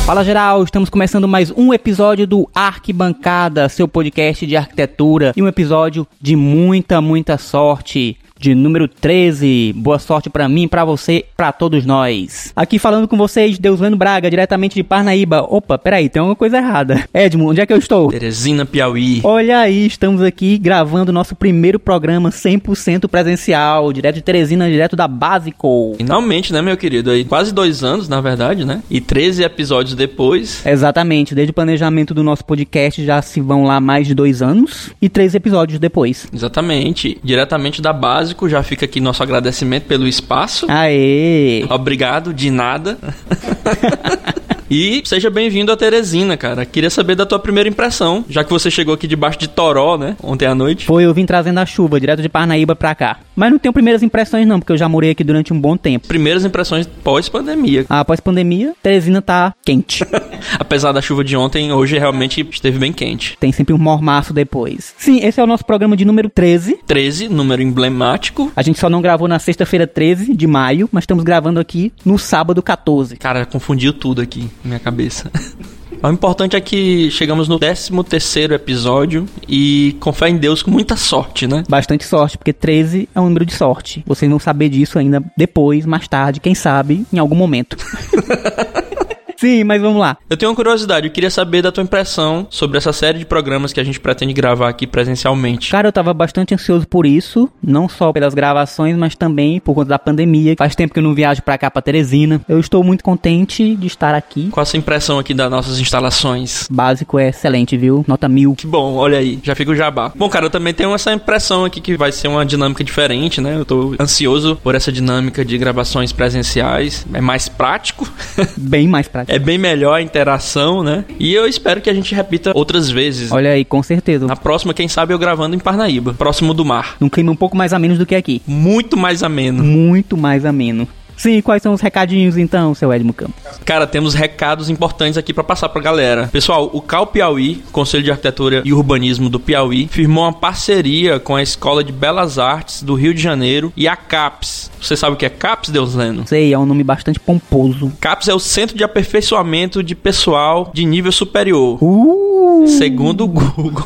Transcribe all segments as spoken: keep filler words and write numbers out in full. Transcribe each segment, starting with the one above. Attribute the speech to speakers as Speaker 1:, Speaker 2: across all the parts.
Speaker 1: Fala geral, estamos começando mais um episódio do Arquibancada, seu podcast de arquitetura, e um episódio de muita, muita sorte. De número treze, boa sorte pra mim, pra você, pra todos nós. Aqui falando com vocês, Deusleno Braga, diretamente de Parnaíba. Opa, peraí, tem uma coisa errada. Edmo, onde é que eu estou?
Speaker 2: Teresina, Piauí.
Speaker 1: Olha aí, estamos aqui gravando nosso primeiro programa cem por cento presencial, direto de Teresina, direto da Básico.
Speaker 2: Finalmente, né, meu querido? Aí, quase dois anos, na verdade, né? E treze episódios depois.
Speaker 1: Exatamente, desde o planejamento do nosso podcast já se vão lá mais de dois anos e treze episódios depois.
Speaker 2: Exatamente, diretamente da Básico. Já fica aqui nosso agradecimento pelo espaço.
Speaker 1: Aê!
Speaker 2: Obrigado, de nada. E seja bem-vindo a Teresina, cara. Queria saber da tua primeira impressão, já que você chegou aqui debaixo de Toró, né, ontem à noite.
Speaker 1: Foi, eu vim trazendo a chuva, direto de Parnaíba pra cá. Mas não tenho primeiras impressões não, porque eu já morei aqui durante um bom tempo.
Speaker 2: Primeiras impressões pós-pandemia.
Speaker 1: Ah, pós-pandemia, Teresina tá quente.
Speaker 2: Apesar da chuva de ontem, hoje realmente esteve bem quente.
Speaker 1: Tem sempre um mormaço depois. Sim, esse é o nosso programa de número treze.
Speaker 2: treze, número emblemático.
Speaker 1: A gente só não gravou na sexta-feira treze de maio, mas estamos gravando aqui no sábado quatorze.
Speaker 2: Cara, confundiu tudo aqui na minha cabeça. O importante é que chegamos no décimo terceiro episódio e, com fé em Deus, com muita sorte, né?
Speaker 1: Bastante sorte, porque treze é um número de sorte. Vocês vão saber disso ainda depois, mais tarde, quem sabe, em algum momento. Sim, mas vamos lá.
Speaker 2: Eu tenho uma curiosidade, eu queria saber da tua impressão sobre essa série de programas que a gente pretende gravar aqui presencialmente.
Speaker 1: Cara, eu tava bastante ansioso por isso, não só pelas gravações, mas também por conta da pandemia. Faz tempo que eu não viajo pra cá, pra Teresina. Eu estou muito contente de estar aqui.
Speaker 2: Qual a sua impressão aqui das nossas instalações?
Speaker 1: Básico é excelente, viu? Nota mil.
Speaker 2: Que bom, olha aí, já fica o jabá. Bom, cara, eu também tenho essa impressão aqui que vai ser uma dinâmica diferente, né? Eu tô ansioso por essa dinâmica de gravações presenciais. É mais prático.
Speaker 1: Bem mais prático.
Speaker 2: É bem melhor a interação, né? E eu espero que a gente repita outras vezes.
Speaker 1: Olha aí, com certeza.
Speaker 2: Na próxima, quem sabe, eu gravando em Parnaíba, próximo do mar.
Speaker 1: Num clima um pouco mais ameno do que aqui.
Speaker 2: Muito mais ameno.
Speaker 1: Muito mais ameno. Sim, quais são os recadinhos então, seu Edmo Campos?
Speaker 2: Cara, temos recados importantes aqui pra passar pra galera. Pessoal, o C A U Piauí, Conselho de Arquitetura e Urbanismo do Piauí, firmou uma parceria com a Escola de Belas Artes do Rio de Janeiro e a CAPES. Você sabe o que é CAPES, Deusleno?
Speaker 1: Sei, é um nome bastante pomposo.
Speaker 2: CAPES é o Centro de Aperfeiçoamento de Pessoal de Nível Superior.
Speaker 1: Uh!
Speaker 2: Segundo o Google.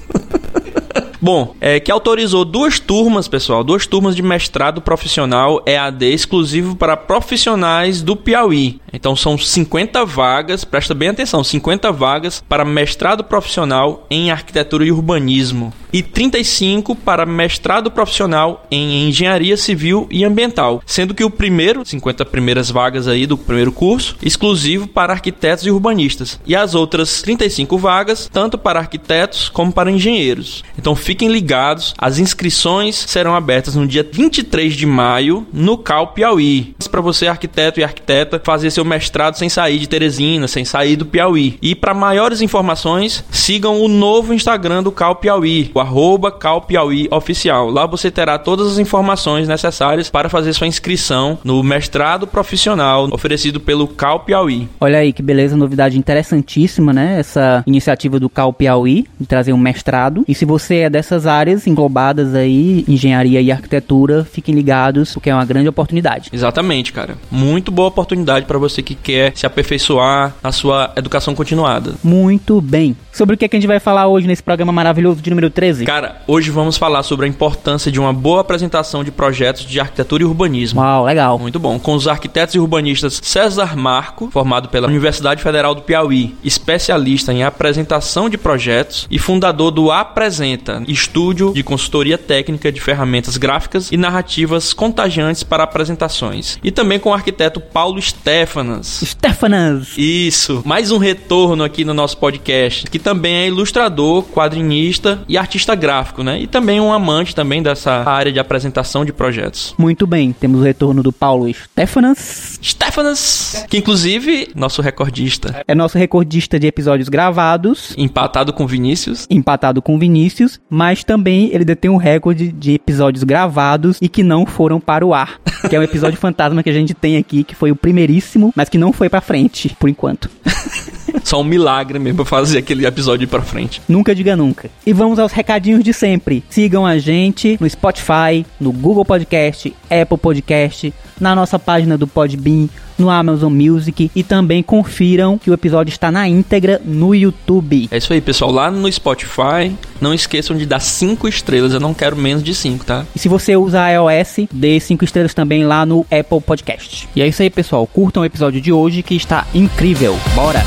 Speaker 2: Bom, é, que autorizou duas turmas, pessoal, duas turmas de mestrado profissional E A D exclusivo para profissionais do Piauí. Então são cinquenta vagas, presta bem atenção, cinquenta vagas para mestrado profissional em arquitetura e urbanismo e trinta e cinco para mestrado profissional em engenharia civil e ambiental, sendo que o primeiro, cinquenta primeiras vagas aí do primeiro curso, exclusivo para arquitetos e urbanistas, e as outras trinta e cinco vagas, tanto para arquitetos como para engenheiros. Então fiquem ligados, as inscrições serão abertas no dia vinte e três de maio no C A U Piauí. Para você, arquiteto e arquiteta, fazer seu mestrado sem sair de Teresina, sem sair do Piauí. E para maiores informações, sigam o novo Instagram do C A U Piauí, o arroba C A U Piauí Oficial. Lá você terá todas as informações necessárias para fazer sua inscrição no mestrado profissional oferecido pelo C A U Piauí.
Speaker 1: Olha aí que beleza, novidade interessantíssima, né? Essa iniciativa do C A U Piauí de trazer um mestrado. E se você é dessas áreas englobadas aí, engenharia e arquitetura, fiquem ligados, porque é uma grande oportunidade.
Speaker 2: Exatamente, cara. Muito boa oportunidade para você que quer se aperfeiçoar na sua educação continuada.
Speaker 1: Muito bem. Sobre o que, é que a gente vai falar hoje nesse programa maravilhoso de número treze?
Speaker 2: Cara, hoje vamos falar sobre a importância de uma boa apresentação de projetos de arquitetura e urbanismo.
Speaker 1: Uau, legal.
Speaker 2: Muito bom. Com os arquitetos e urbanistas César Marco, formado pela Universidade Federal do Piauí, especialista em apresentação de projetos e fundador do Apresenta, estúdio de consultoria técnica de ferramentas gráficas e narrativas contagiantes para apresentações. E também com o arquiteto Paulo Stefanas.
Speaker 1: Stefanas!
Speaker 2: Isso, mais um retorno aqui no nosso podcast, que também é ilustrador, quadrinista e artista gráfico, né? E também um amante também dessa área de apresentação de projetos.
Speaker 1: Muito bem, temos o retorno do Paulo Stefanas.
Speaker 2: Stefanas, que inclusive, nosso recordista.
Speaker 1: É nosso recordista de episódios gravados.
Speaker 2: Empatado com Vinícius.
Speaker 1: Empatado com Vinícius, mas também ele detém um recorde de episódios gravados e que não foram para o ar. Que é um episódio fantasma que a gente tem aqui, que foi o primeiríssimo, mas que não foi pra frente, por enquanto.
Speaker 2: só um milagre mesmo pra fazer aquele episódio ir pra frente.
Speaker 1: Nunca diga nunca. E vamos aos recadinhos de sempre. Sigam a gente no Spotify, no Google Podcast, Apple Podcast, na nossa página do Podbean, no Amazon Music, e também confiram que o episódio está na íntegra no YouTube.
Speaker 2: É isso aí, pessoal. Lá no Spotify, não esqueçam de dar cinco estrelas. Eu não quero menos de cinco, tá?
Speaker 1: E se você usa iOS, dê cinco estrelas também lá no Apple Podcast. E é isso aí, pessoal. Curtam o episódio de hoje que está incrível. Bora!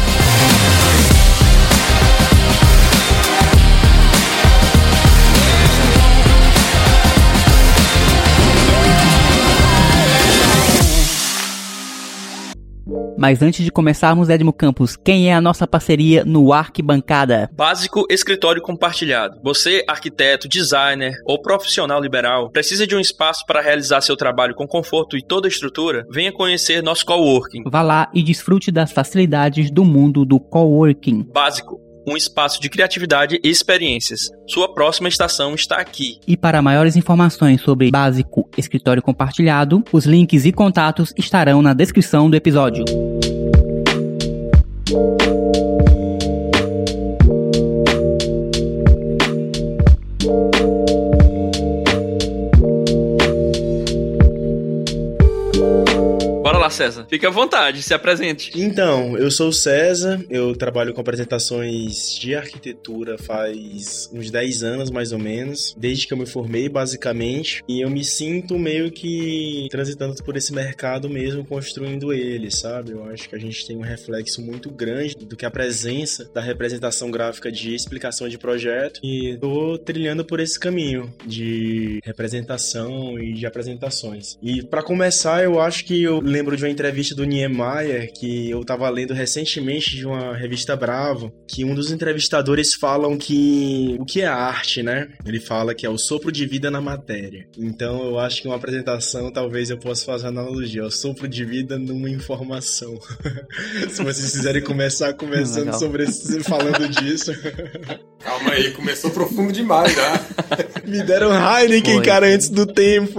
Speaker 1: Mas antes de começarmos, Edmo Campos, quem é a nossa parceria no Arquibancada?
Speaker 2: Básico Escritório Compartilhado. Você, arquiteto, designer ou profissional liberal, precisa de um espaço para realizar seu trabalho com conforto e toda a estrutura? Venha conhecer nosso coworking.
Speaker 1: Vá lá e desfrute das facilidades do mundo do coworking.
Speaker 2: Básico. Um espaço de criatividade e experiências. Sua próxima estação está aqui.
Speaker 1: E para maiores informações sobre Básico Escritório Compartilhado, os links e contatos estarão na descrição do episódio.
Speaker 2: César, fique à vontade, se apresente.
Speaker 3: Então, eu sou o César, eu trabalho com apresentações de arquitetura faz uns dez anos, mais ou menos, desde que eu me formei, basicamente, e eu me sinto meio que transitando por esse mercado mesmo, construindo ele, sabe? Eu acho que a gente tem um reflexo muito grande do que a presença da representação gráfica de explicação de projeto, e tô trilhando por esse caminho de representação e de apresentações. E para começar, eu acho que eu lembro de uma entrevista do Niemeyer que eu tava lendo recentemente de uma revista Bravo, que um dos entrevistadores falam que o que é arte, né? Ele fala que é o sopro de vida na matéria. Então eu acho que uma apresentação talvez eu possa fazer uma analogia, é o sopro de vida numa informação. Se vocês quiserem começar conversando
Speaker 1: Legal.
Speaker 3: sobre esse, falando disso.
Speaker 4: Calma aí, começou profundo demais já.
Speaker 3: Me deram Heineken,
Speaker 1: Foi.
Speaker 3: cara, antes do tempo.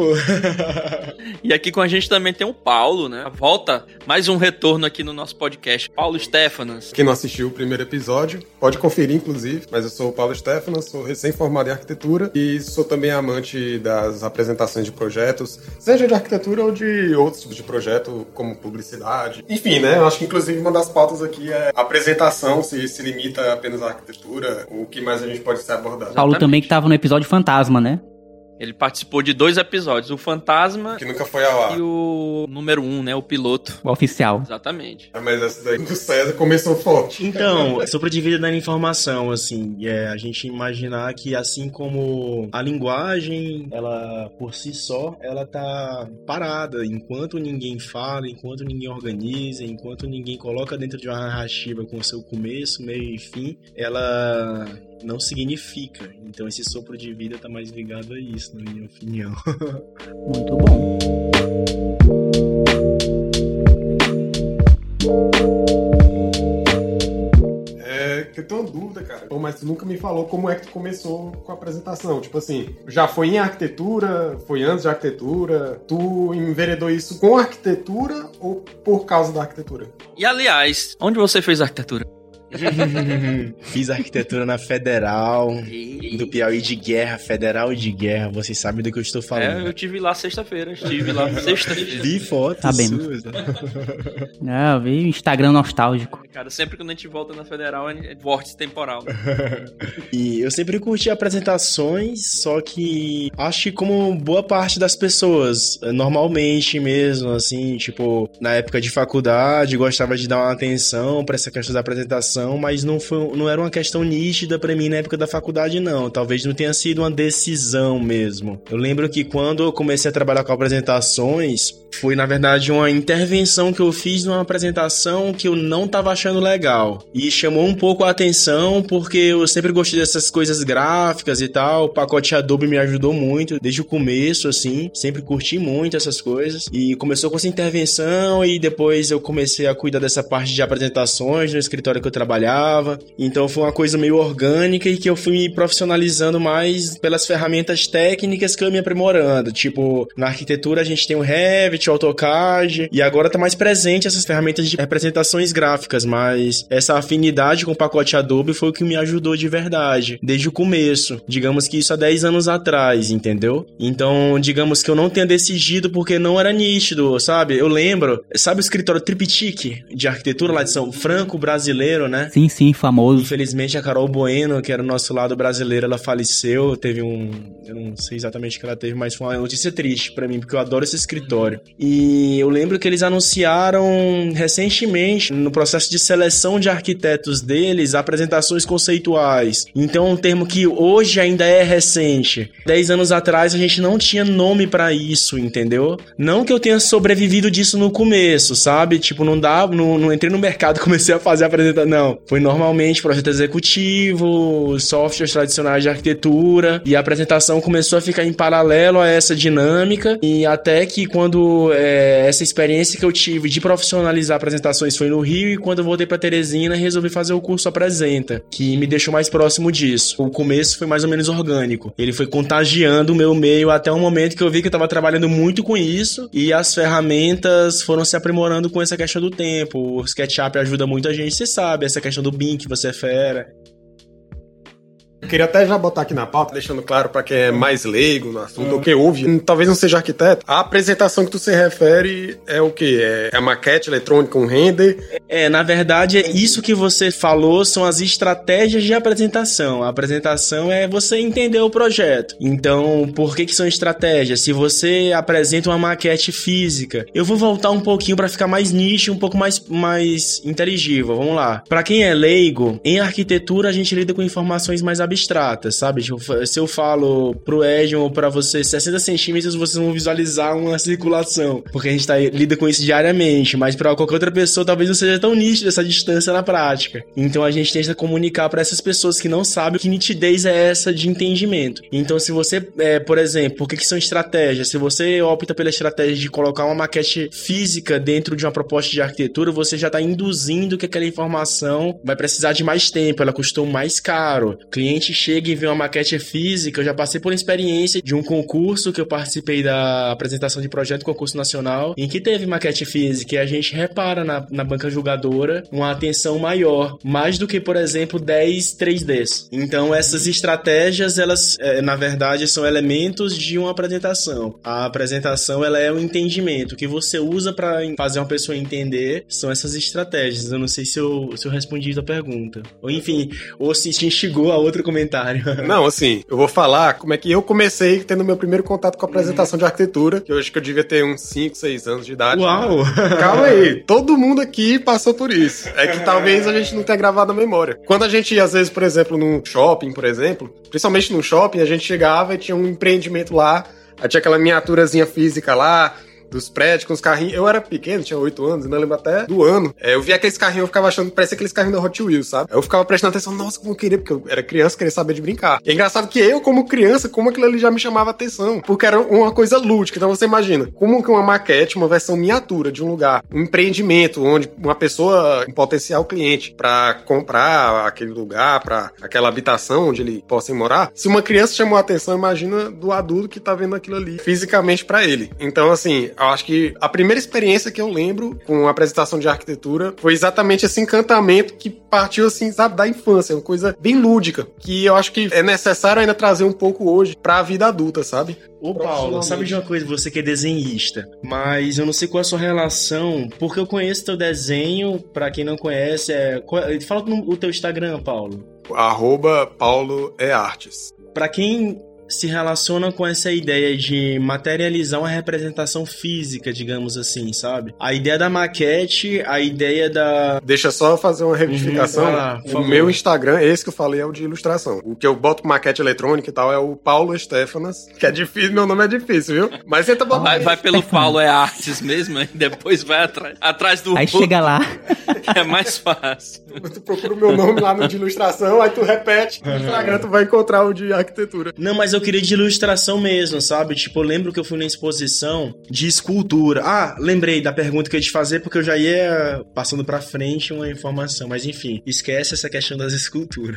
Speaker 2: E aqui com a gente também tem o Paulo, né? Volta, mais um retorno aqui no nosso podcast. Paulo Stefanas.
Speaker 4: Quem não assistiu o primeiro episódio, pode conferir, inclusive. Mas eu sou o Paulo Stefanas, sou recém-formado em arquitetura e sou também amante das apresentações de projetos, seja de arquitetura ou de outros tipos de projeto, como publicidade. Enfim, né? Eu acho que, inclusive, uma das pautas aqui é a apresentação, se se limita apenas à arquitetura, o que mais a gente pode ser abordado.
Speaker 1: Paulo também que estava no episódio Fantasma, né?
Speaker 2: Ele participou de dois episódios, o Fantasma
Speaker 4: Que nunca foi ao ar.
Speaker 2: e o número um, né? O piloto.
Speaker 1: O oficial.
Speaker 2: Exatamente.
Speaker 4: Ah, mas essa daí do César começou forte.
Speaker 3: Então, sopro de vida dando informação, assim, é a gente imaginar que assim como a linguagem, ela por si só, ela tá parada, enquanto ninguém fala, enquanto ninguém organiza, enquanto ninguém coloca dentro de uma narrativa com o seu começo, meio e fim, ela não significa. Então esse sopro de vida tá mais ligado a isso, na minha opinião.
Speaker 1: Muito bom.
Speaker 4: É, que eu tenho uma dúvida, cara. Pô, mas tu nunca me falou como é que tu começou com a apresentação. Tipo assim, já foi em arquitetura? Foi antes de arquitetura? Tu enveredou isso com arquitetura ou por causa da arquitetura?
Speaker 2: E aliás, onde você fez arquitetura?
Speaker 3: Fiz arquitetura na Federal, do Piauí de Guerra, Federal de Guerra, vocês sabem do que eu estou falando.
Speaker 2: É, eu tive lá sexta-feira. Estive lá sexta-feira.
Speaker 3: Vi fotos
Speaker 1: Sabemos.
Speaker 3: suas.
Speaker 1: Ah, eu vi Instagram nostálgico.
Speaker 2: Cara, sempre quando a gente volta na Federal é vórtice temporal.
Speaker 3: E eu sempre curti apresentações, só que acho que como boa parte das pessoas, normalmente mesmo, assim, tipo, na época de faculdade, gostava de dar uma atenção pra essa questão da apresentação, mas não, foi, não era uma questão nítida pra mim na época da faculdade, não. Talvez não tenha sido uma decisão mesmo. Eu lembro que quando eu comecei a trabalhar com apresentações, foi, na verdade, uma intervenção que eu fiz numa apresentação que eu não tava achando legal. E chamou um pouco a atenção, porque eu sempre gostei dessas coisas gráficas e tal. O pacote Adobe me ajudou muito, desde o começo, assim. Sempre curti muito essas coisas. E começou com essa intervenção, e depois eu comecei a cuidar dessa parte de apresentações no escritório que eu trabalho trabalhava. Então foi uma coisa meio orgânica e que eu fui me profissionalizando mais pelas ferramentas técnicas que eu ia me aprimorando. Tipo, na arquitetura a gente tem o Revit, o AutoCAD, e agora tá mais presente essas ferramentas de representações gráficas, mas essa afinidade com o pacote Adobe foi o que me ajudou de verdade, desde o começo. Digamos que isso há dez anos atrás, entendeu? Então, digamos que eu não tenha decidido porque não era nítido, sabe? Eu lembro, sabe o escritório Triptych de arquitetura lá de São Franco, brasileiro, né?
Speaker 1: Sim, sim, famoso.
Speaker 3: Infelizmente a Carol Bueno, que era o nosso lado brasileiro, ela faleceu, teve um... eu não sei exatamente o que ela teve, mas foi uma notícia triste pra mim, porque eu adoro esse escritório. E eu lembro que eles anunciaram recentemente, no processo de seleção de arquitetos deles, apresentações conceituais. Então, um termo que hoje ainda é recente. Dez anos atrás a gente não tinha nome pra isso, entendeu? Não que eu tenha sobrevivido disso no começo, sabe? Tipo, não dá, não, não entrei no mercado e comecei a fazer a apresentação, não. Foi normalmente projeto executivo, softwares tradicionais de arquitetura, e a apresentação começou a ficar em paralelo a essa dinâmica, e até que quando é, essa experiência que eu tive de profissionalizar apresentações foi no Rio, e quando eu voltei pra Teresina, resolvi fazer o curso Apresenta, que me deixou mais próximo disso. O começo foi mais ou menos orgânico. Ele foi contagiando o meu meio até um momento que eu vi que eu tava trabalhando muito com isso, e as ferramentas foram se aprimorando com essa questão do tempo. O SketchUp ajuda muito a gente, você sabe, essa questão do B I M, que você é fera.
Speaker 4: Eu queria até já botar aqui na pauta, deixando claro para quem é mais leigo no assunto, uhum. ou que ouve, talvez não seja arquiteto, a apresentação que tu se refere é o quê? É a maquete eletrônica, um render?
Speaker 3: É, na verdade, isso que você falou são as estratégias de apresentação. A apresentação é você entender o projeto. Então, por que que são estratégias? Se você apresenta uma maquete física, eu vou voltar um pouquinho para ficar mais nicho, um pouco mais, mais inteligível. Vamos lá. Para quem é leigo, em arquitetura a gente lida com informações mais abstratas. abstratas, sabe? Se eu falo pro Edson ou pra você sessenta centímetros, vocês vão visualizar uma circulação, porque a gente tá, lida com isso diariamente, mas pra qualquer outra pessoa talvez não seja tão nítida essa distância na prática. Então a gente tenta comunicar pra essas pessoas que não sabem que nitidez é essa de entendimento. Então se você, é, por exemplo, por que que são estratégias? Se você opta pela estratégia de colocar uma maquete física dentro de uma proposta de arquitetura, você já tá induzindo que aquela informação vai precisar de mais tempo, ela custou mais caro. O cliente chega e vê uma maquete física. Eu já passei por uma experiência de um concurso que eu participei da apresentação de projeto, concurso nacional, em que teve maquete física, e a gente repara na, na banca julgadora uma atenção maior, mais do que, por exemplo, dez três Ds. Então essas estratégias, elas, é, na verdade, são elementos de uma apresentação. A apresentação, ela é um entendimento. O que você usa para fazer uma pessoa entender são essas estratégias. Eu não sei se eu, se eu respondi a pergunta. Ou enfim, ou se te instigou a outro comentário.
Speaker 4: Não, assim, eu vou falar como é que eu comecei tendo meu primeiro contato com a apresentação de arquitetura, que eu acho que eu devia ter uns cinco, seis anos de idade.
Speaker 3: Uau!
Speaker 4: Calma aí, todo mundo aqui passou por isso. É que talvez a gente não tenha gravado na memória. Quando a gente ia, às vezes, por exemplo, num shopping, por exemplo, principalmente num shopping, a gente chegava e tinha um empreendimento lá, aí tinha aquela miniaturazinha física lá, dos prédios, com os carrinhos. Eu era pequeno, tinha oito anos, ainda lembro até do ano. É, eu via aqueles carrinhos, eu ficava achando que parecia aqueles carrinhos da Hot Wheels, sabe? Eu ficava prestando atenção, nossa, como eu queria, porque eu era criança, queria saber de brincar. E é engraçado que eu, como criança, como aquilo ali já me chamava atenção, porque era uma coisa lúdica. Então você imagina, como que uma maquete, uma versão miniatura de um lugar, um empreendimento onde uma pessoa, um potencial cliente, pra comprar aquele lugar, pra aquela habitação onde ele possa ir morar, se uma criança chamou a atenção, imagina do adulto que tá vendo aquilo ali fisicamente pra ele. Então, assim, eu acho que a primeira experiência que eu lembro com a apresentação de arquitetura foi exatamente esse encantamento que partiu, assim, sabe, da infância, uma coisa bem lúdica, que eu acho que é necessário ainda trazer um pouco hoje pra vida adulta, sabe?
Speaker 3: Ô Paulo, sabe de uma coisa, você que é desenhista, mas eu não sei qual é a sua relação, porque eu conheço teu desenho, pra quem não conhece, é... fala o teu Instagram, Paulo.
Speaker 4: Arroba Paulo E Artes.
Speaker 3: Pra quem se relaciona com essa ideia de materializar uma representação física, digamos assim, sabe? A ideia da maquete, a ideia da...
Speaker 4: Deixa só fazer uma retificação.
Speaker 3: Uhum, lá,
Speaker 4: o meu Instagram, esse que eu falei, é o de ilustração. O que eu boto maquete eletrônica e tal é o Paulo Stefanas, que é difícil, meu nome é difícil, viu? Mas tenta botar...
Speaker 2: Vai, vai pelo Paulo É Artes mesmo, e depois vai atrás, atrás do...
Speaker 1: Aí chega lá.
Speaker 2: É mais fácil.
Speaker 4: Tu procura o meu nome lá no de ilustração, aí tu repete, no Instagram tu vai encontrar o de arquitetura.
Speaker 3: Não, mas mas eu queria de ilustração mesmo, sabe? Tipo, eu lembro que eu fui numa exposição de escultura. Ah, lembrei da pergunta que eu ia te fazer, porque eu já ia passando pra frente uma informação. Mas enfim, esquece essa questão das esculturas.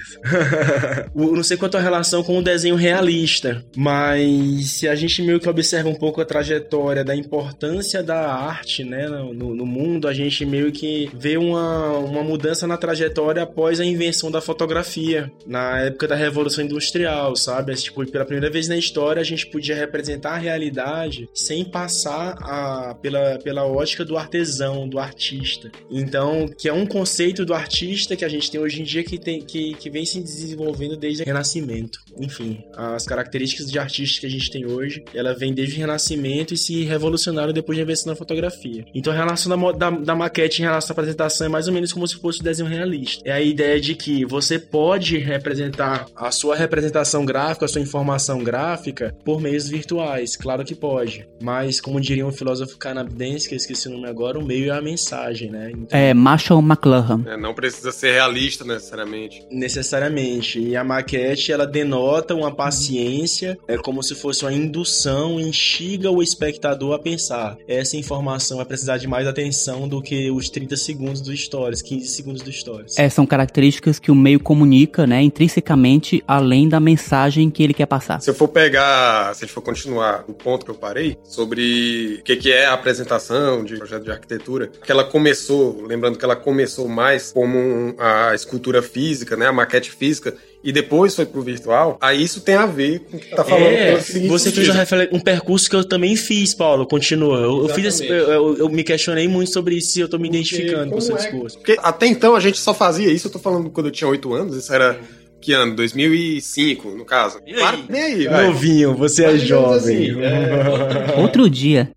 Speaker 3: Eu não sei qual é a tua relação com o desenho realista, mas se a gente meio que observa um pouco a trajetória da importância da arte, né, no, no mundo, a gente meio que vê uma, uma mudança na trajetória após a invenção da fotografia, na época da Revolução Industrial, sabe? Tipo, pela primeira vez na história a gente podia representar a realidade sem passar a, pela, pela ótica do artesão, do artista. Então, que é um conceito do artista que a gente tem hoje em dia que, tem, que, que vem se desenvolvendo desde o Renascimento. Enfim, as características de artista que a gente tem hoje, ela vem desde o Renascimento e se revolucionaram depois da invenção da fotografia. Então, a relação da, da, da maquete em relação à apresentação é mais ou menos como se fosse o desenho realista. É a ideia de que você pode representar a sua representação gráfica, a sua informação gráfica por meios virtuais. Claro que pode. Mas, como diria um filósofo canadense, que eu esqueci o nome agora, o meio é a mensagem, né? Então,
Speaker 1: é Marshall McLuhan.
Speaker 4: É, não precisa ser realista necessariamente.
Speaker 3: Necessariamente. E a maquete, ela denota uma paciência, é como se fosse uma indução, instiga o espectador a pensar. Essa informação vai precisar de mais atenção do que os trinta segundos do Stories, quinze segundos do Stories.
Speaker 1: É, são características que o meio comunica, né, intrinsecamente, além da mensagem que ele quer passar.
Speaker 4: Se eu for pegar, se a gente for continuar o ponto que eu parei, sobre o que, que é a apresentação de projeto de arquitetura, que ela começou, lembrando que ela começou mais como um, a escultura física, né, a maquete física, e depois foi pro virtual, aí isso tem a ver com o que tá falando.
Speaker 3: É, você fez um, um percurso que eu também fiz, Paulo, continua. Eu, eu, fiz esse, eu, eu, eu me questionei muito sobre isso e eu tô me identificando com o seu discurso.
Speaker 4: Porque até então a gente só fazia isso, eu tô falando quando eu tinha oito anos, isso era... Que ano? dois mil e cinco, no caso.
Speaker 3: E aí? Claro, nem aí, novinho, você é jovem. Assim, é...
Speaker 1: Outro dia.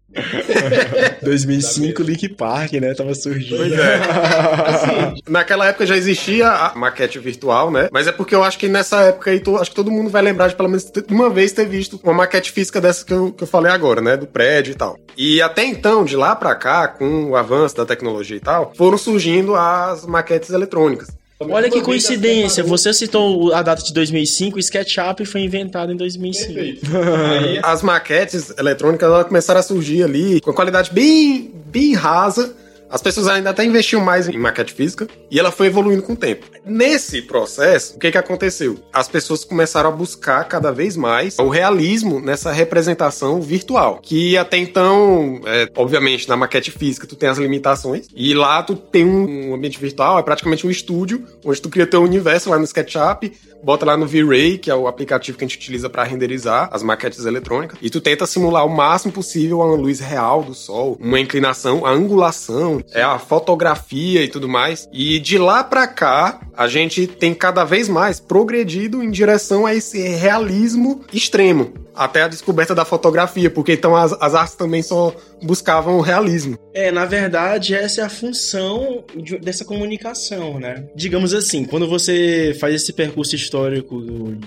Speaker 3: dois mil e cinco, Link Park, né? Tava surgindo.
Speaker 4: Pois é. Assim, naquela época já existia a maquete virtual, né? Mas é porque eu acho que nessa época aí, tô, acho que todo mundo vai lembrar de pelo menos uma vez ter visto uma maquete física dessa que eu, que eu falei agora, né? Do prédio e tal. E até então, de lá pra cá, com o avanço da tecnologia e tal, foram surgindo as maquetes eletrônicas.
Speaker 3: Olha que coincidência, você citou a data de dois mil e cinco, o SketchUp foi inventado em dois mil e cinco.
Speaker 4: Aí, as maquetes eletrônicas elas começaram a surgir ali com qualidade bem, bem rasa. As pessoas ainda até investiam mais em maquete física e ela foi evoluindo com o tempo. Nesse processo, o que que aconteceu? As pessoas começaram a buscar cada vez mais o realismo nessa representação virtual, que até então, é, obviamente, na maquete física tu tem as limitações e lá tu tem um ambiente virtual, é praticamente um estúdio, onde tu cria teu universo lá no SketchUp, bota lá no V-Ray, que é o aplicativo que a gente utiliza para renderizar as maquetes eletrônicas, e tu tenta simular o máximo possível a luz real do sol, uma inclinação, a angulação, é a fotografia e tudo mais. E de lá pra cá, a gente tem cada vez mais progredido em direção a esse realismo extremo, até a descoberta da fotografia, porque então as, as artes também só buscavam o realismo.
Speaker 3: É, na verdade, essa é a função de, dessa comunicação, né? Digamos assim, quando você faz esse percurso histórico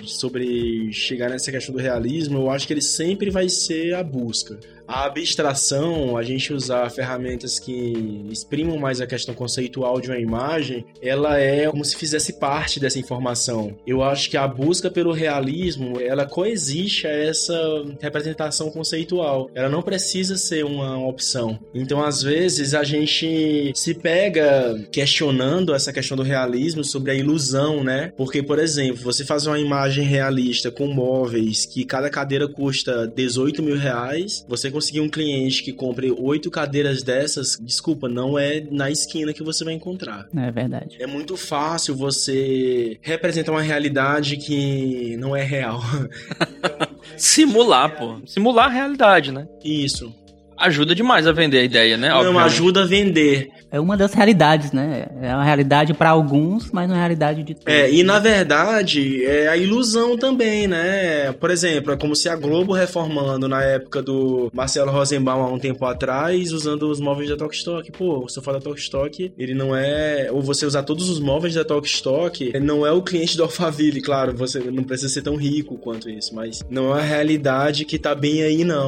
Speaker 3: sobre chegar nessa questão do realismo, eu acho que ele sempre vai ser a busca. A abstração, a gente usar ferramentas que exprimam mais a questão conceitual de uma imagem, ela é como se fizesse parte dessa informação. Eu acho que a busca pelo realismo, ela coexiste a essa representação conceitual. Ela não precisa ser uma opção. Então, às vezes, a gente se pega questionando essa questão do realismo sobre a ilusão, né? Porque, por exemplo, você faz uma imagem realista com móveis que cada cadeira custa dezoito mil reais, você conseguir um cliente que compre oito cadeiras dessas, desculpa, não é na esquina que você vai encontrar.
Speaker 1: É verdade.
Speaker 3: É muito fácil você representar uma realidade que não é real.
Speaker 2: Simular, pô. Simular a realidade, né?
Speaker 3: Isso.
Speaker 2: Ajuda demais a vender a ideia, né?
Speaker 3: Não,
Speaker 2: obviamente.
Speaker 3: ajuda a vender.
Speaker 1: É uma das realidades, né? É uma realidade para alguns, mas não é a realidade de todos.
Speaker 3: É, e na verdade, é a ilusão também, né? Por exemplo, é como se a Globo reformando na época do Marcelo Rosenbaum há um tempo atrás, usando os móveis da Tokstok. Pô, o sofá da Tokstok, ele não é... Ou você usar todos os móveis da Tokstok, não é o cliente do Alphaville, claro, você não precisa ser tão rico quanto isso, mas não é a realidade que tá bem aí, não.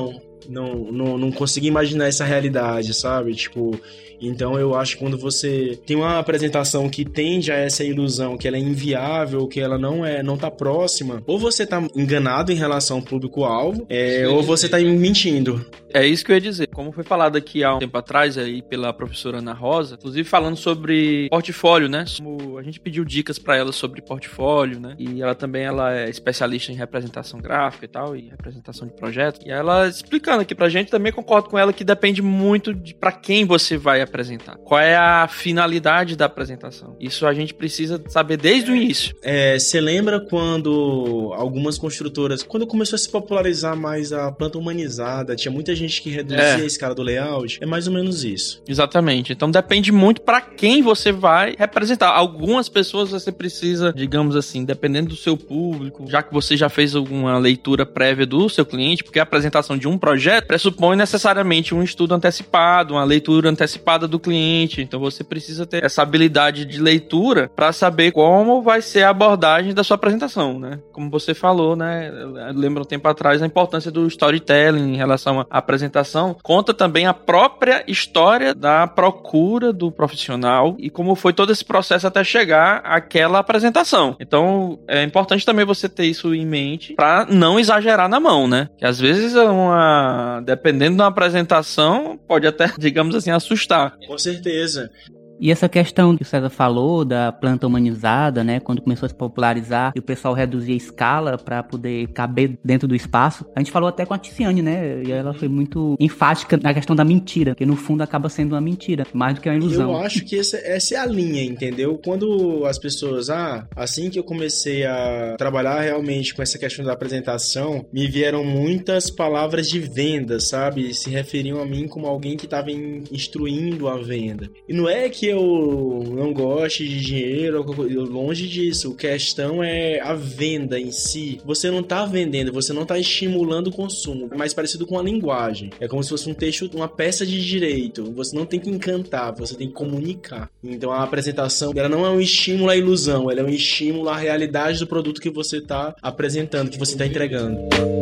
Speaker 3: não, não, não consegui imaginar essa realidade, sabe? Tipo, então eu acho que quando você tem uma apresentação que tende a essa ilusão, que ela é inviável, que ela não é, não tá próxima, ou você tá enganado em relação ao público-alvo, é, ou você tá mentindo.
Speaker 2: É isso que eu ia dizer. Como foi falado aqui há um tempo atrás aí pela professora Ana Rosa, inclusive falando sobre portfólio, né? Como a gente pediu dicas para ela sobre portfólio, né? E ela também ela é especialista em representação gráfica e tal, e representação de projetos. E ela explicando aqui pra gente, também concordo com ela que depende muito de para quem você vai apresentar. Qual é a finalidade da apresentação? Isso a gente precisa saber desde o início.
Speaker 3: É, você lembra quando algumas construtoras, quando começou a se popularizar mais a planta humanizada, tinha muita gente que reduzia é. a escala do layout? É mais ou menos isso.
Speaker 2: Exatamente. Então depende muito para quem você vai representar. Algumas pessoas você precisa, digamos assim, dependendo do seu público, já que você já fez alguma leitura prévia do seu cliente, porque a apresentação de um projeto pressupõe necessariamente um estudo antecipado, uma leitura antecipada do cliente. Então você precisa ter essa habilidade de leitura para saber como vai ser a abordagem da sua apresentação, né? Como você falou, né? Lembra um tempo atrás a importância do storytelling em relação à apresentação. Conta também a própria história da procura do profissional e como foi todo esse processo até chegar àquela apresentação. Então é importante também você ter isso em mente para não exagerar na mão, né? Que às vezes uma, dependendo da apresentação, pode até, digamos assim, assustar.
Speaker 3: Com certeza.
Speaker 1: E essa questão que o César falou da planta humanizada, né, quando começou a se popularizar e o pessoal reduzia a escala para poder caber dentro do espaço, a gente falou até com a Tiziane, né, e ela foi muito enfática na questão da mentira, que no fundo acaba sendo uma mentira, mais do que uma ilusão.
Speaker 3: Eu acho que essa, essa é a linha, entendeu? Quando as pessoas, ah, assim que eu comecei a trabalhar realmente com essa questão da apresentação, me vieram muitas palavras de venda, sabe? Se referiam a mim como alguém que estava instruindo a venda. E não é que eu não goste de dinheiro, longe disso. A questão é a venda em si. Você não tá vendendo, você não tá estimulando o consumo. É mais parecido com a linguagem. É como se fosse um texto, uma peça de direito. Você não tem que encantar, você tem que comunicar. Então a apresentação, ela não é um estímulo à ilusão, ela é um estímulo à realidade do produto que você tá apresentando, que você tá entregando.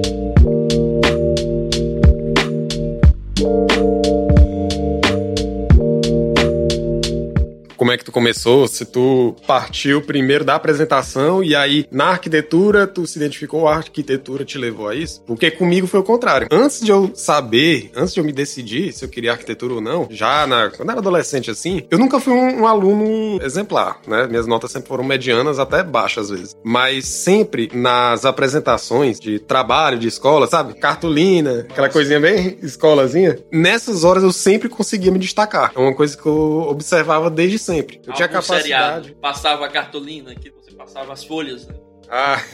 Speaker 4: Como é que tu começou? Se tu partiu primeiro da apresentação e aí na arquitetura tu se identificou, a arquitetura te levou a isso? Porque comigo foi o contrário. Antes de eu saber, antes de eu me decidir se eu queria arquitetura ou não, já na, quando eu era adolescente assim, eu nunca fui um, um aluno exemplar, né? Minhas notas sempre foram medianas, até baixas às vezes. Mas sempre nas apresentações de trabalho, de escola, sabe? Cartolina, aquela coisinha bem escolazinha. Nessas horas eu sempre conseguia me destacar. É uma coisa que eu observava desde sempre. Sempre. Eu tinha capacidade. Seriado,
Speaker 2: passava a cartolina, que você passava as folhas, né?
Speaker 4: Ah.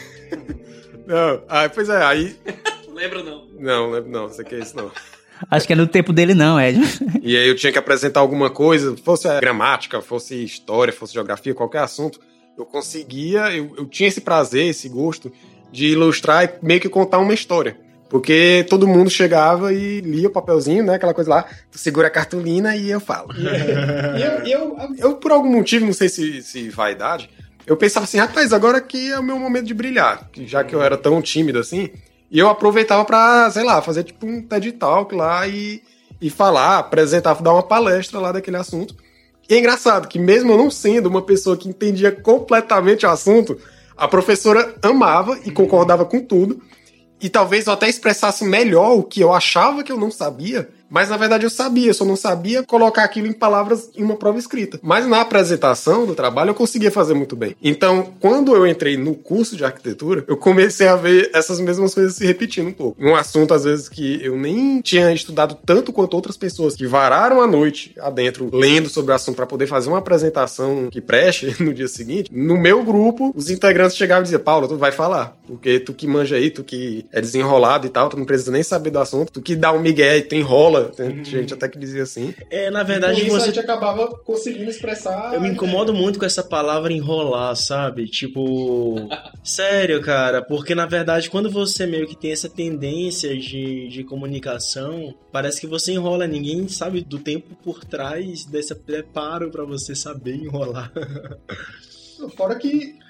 Speaker 4: Não. Ah, pois é, aí.
Speaker 2: Lembra não?
Speaker 4: Não, lembro não, isso aqui é isso não.
Speaker 1: Acho que é no tempo dele não, Ed.
Speaker 4: E aí eu tinha que apresentar alguma coisa, fosse gramática, fosse história, fosse geografia, qualquer assunto. Eu conseguia, eu, eu tinha esse prazer, esse gosto de ilustrar e meio que contar uma história. Porque todo mundo chegava e lia o papelzinho, né? Aquela coisa lá, tu segura a cartolina e eu falo. E eu, eu, eu, por algum motivo, não sei se, se vaidade, eu pensava assim, rapaz, agora que é o meu momento de brilhar. Já que eu era tão tímido assim, e eu aproveitava pra, sei lá, fazer tipo um TED Talk lá e, e falar, apresentar, dar uma palestra lá daquele assunto. E é engraçado que mesmo eu não sendo uma pessoa que entendia completamente o assunto, a professora amava e concordava com tudo. E talvez eu até expressasse melhor o que eu achava que eu não sabia, mas na verdade eu sabia, só não sabia colocar aquilo em palavras em uma prova escrita. Mas na apresentação do trabalho eu conseguia fazer muito bem. Então, quando eu entrei no curso de arquitetura, eu comecei a ver essas mesmas coisas se repetindo um pouco. Um assunto, às vezes, que eu nem tinha estudado tanto quanto outras pessoas que vararam a noite adentro lendo sobre o assunto para poder fazer uma apresentação que preste no dia seguinte. No meu grupo, os integrantes chegavam e diziam, Paulo, tu vai falar, porque tu que manja aí, tu que é desenrolado e tal, tu não precisa nem saber do assunto, tu que dá um migué e tu enrola. Tem uhum. gente até que dizia assim.
Speaker 3: É, na verdade,
Speaker 4: isso
Speaker 3: você...
Speaker 4: a gente acabava conseguindo expressar...
Speaker 3: Eu me incomodo muito com essa palavra enrolar, sabe? Tipo... Sério, cara. Porque, na verdade, quando você meio que tem essa tendência de, de comunicação, parece que você enrola. Ninguém sabe do tempo por trás desse preparo pra você saber enrolar.
Speaker 4: Fora que...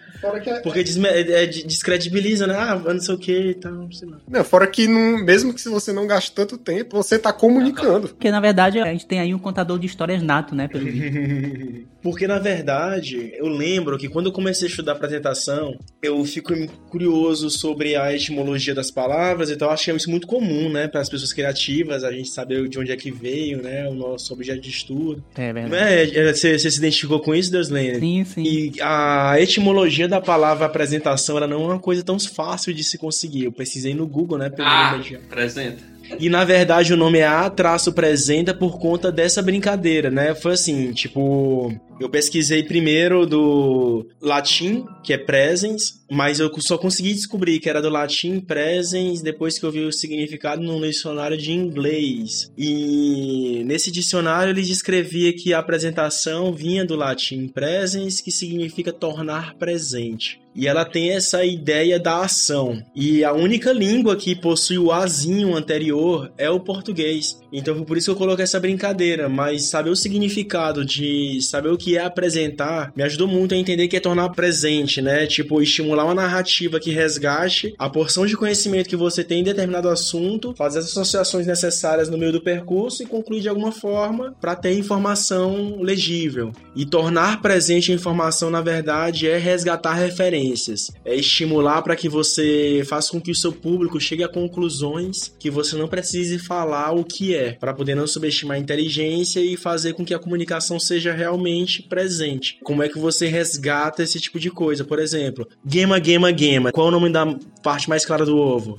Speaker 4: Fora que é,
Speaker 3: Porque desme- é, é, descredibiliza, né? Ah, não sei o que e tal, não sei lá.
Speaker 4: não, fora que não, mesmo que se você não gaste tanto tempo, você tá comunicando.
Speaker 1: Porque, na verdade, a gente tem aí um contador de histórias nato, né? Pelo visto.
Speaker 3: Porque, na verdade, eu lembro que quando eu comecei a estudar apresentação, eu fico curioso sobre a etimologia das palavras, então eu acho que é isso muito comum, né? Para as pessoas criativas, a gente saber de onde é que veio, né? O nosso objeto de estudo.
Speaker 1: É verdade.
Speaker 3: É, você, você se identificou com isso, Deuslene?
Speaker 1: Sim, sim.
Speaker 3: E a etimologia da palavra apresentação, ela não é uma coisa tão fácil de se conseguir. Eu pesquisei no Google, né? Pelo
Speaker 2: Ah,
Speaker 3: imediato.
Speaker 2: apresenta.
Speaker 3: E na verdade o nome é A-Presenta por conta dessa brincadeira, né? Foi assim, tipo, eu pesquisei primeiro do latim, que é presens, mas eu só consegui descobrir que era do latim presens depois que eu vi o significado no dicionário de inglês. E nesse dicionário ele descrevia que a apresentação vinha do latim presens, que significa tornar presente. E ela tem essa ideia da ação. E a única língua que possui o azinho anterior é o português. Então foi por isso que eu coloquei essa brincadeira. Mas saber o significado de saber o que é apresentar me ajudou muito a entender que é tornar presente, né? Tipo, estimular uma narrativa que resgate a porção de conhecimento que você tem em determinado assunto, fazer as associações necessárias no meio do percurso e concluir de alguma forma para ter informação legível. E tornar presente a informação, na verdade, é resgatar referências. É estimular para que você faça com que o seu público chegue a conclusões que você não precise falar o que é, para poder não subestimar a inteligência e fazer com que a comunicação seja realmente presente. Como é que você resgata esse tipo de coisa? Por exemplo, gema, gema, gema. Qual é o nome da parte mais clara do ovo?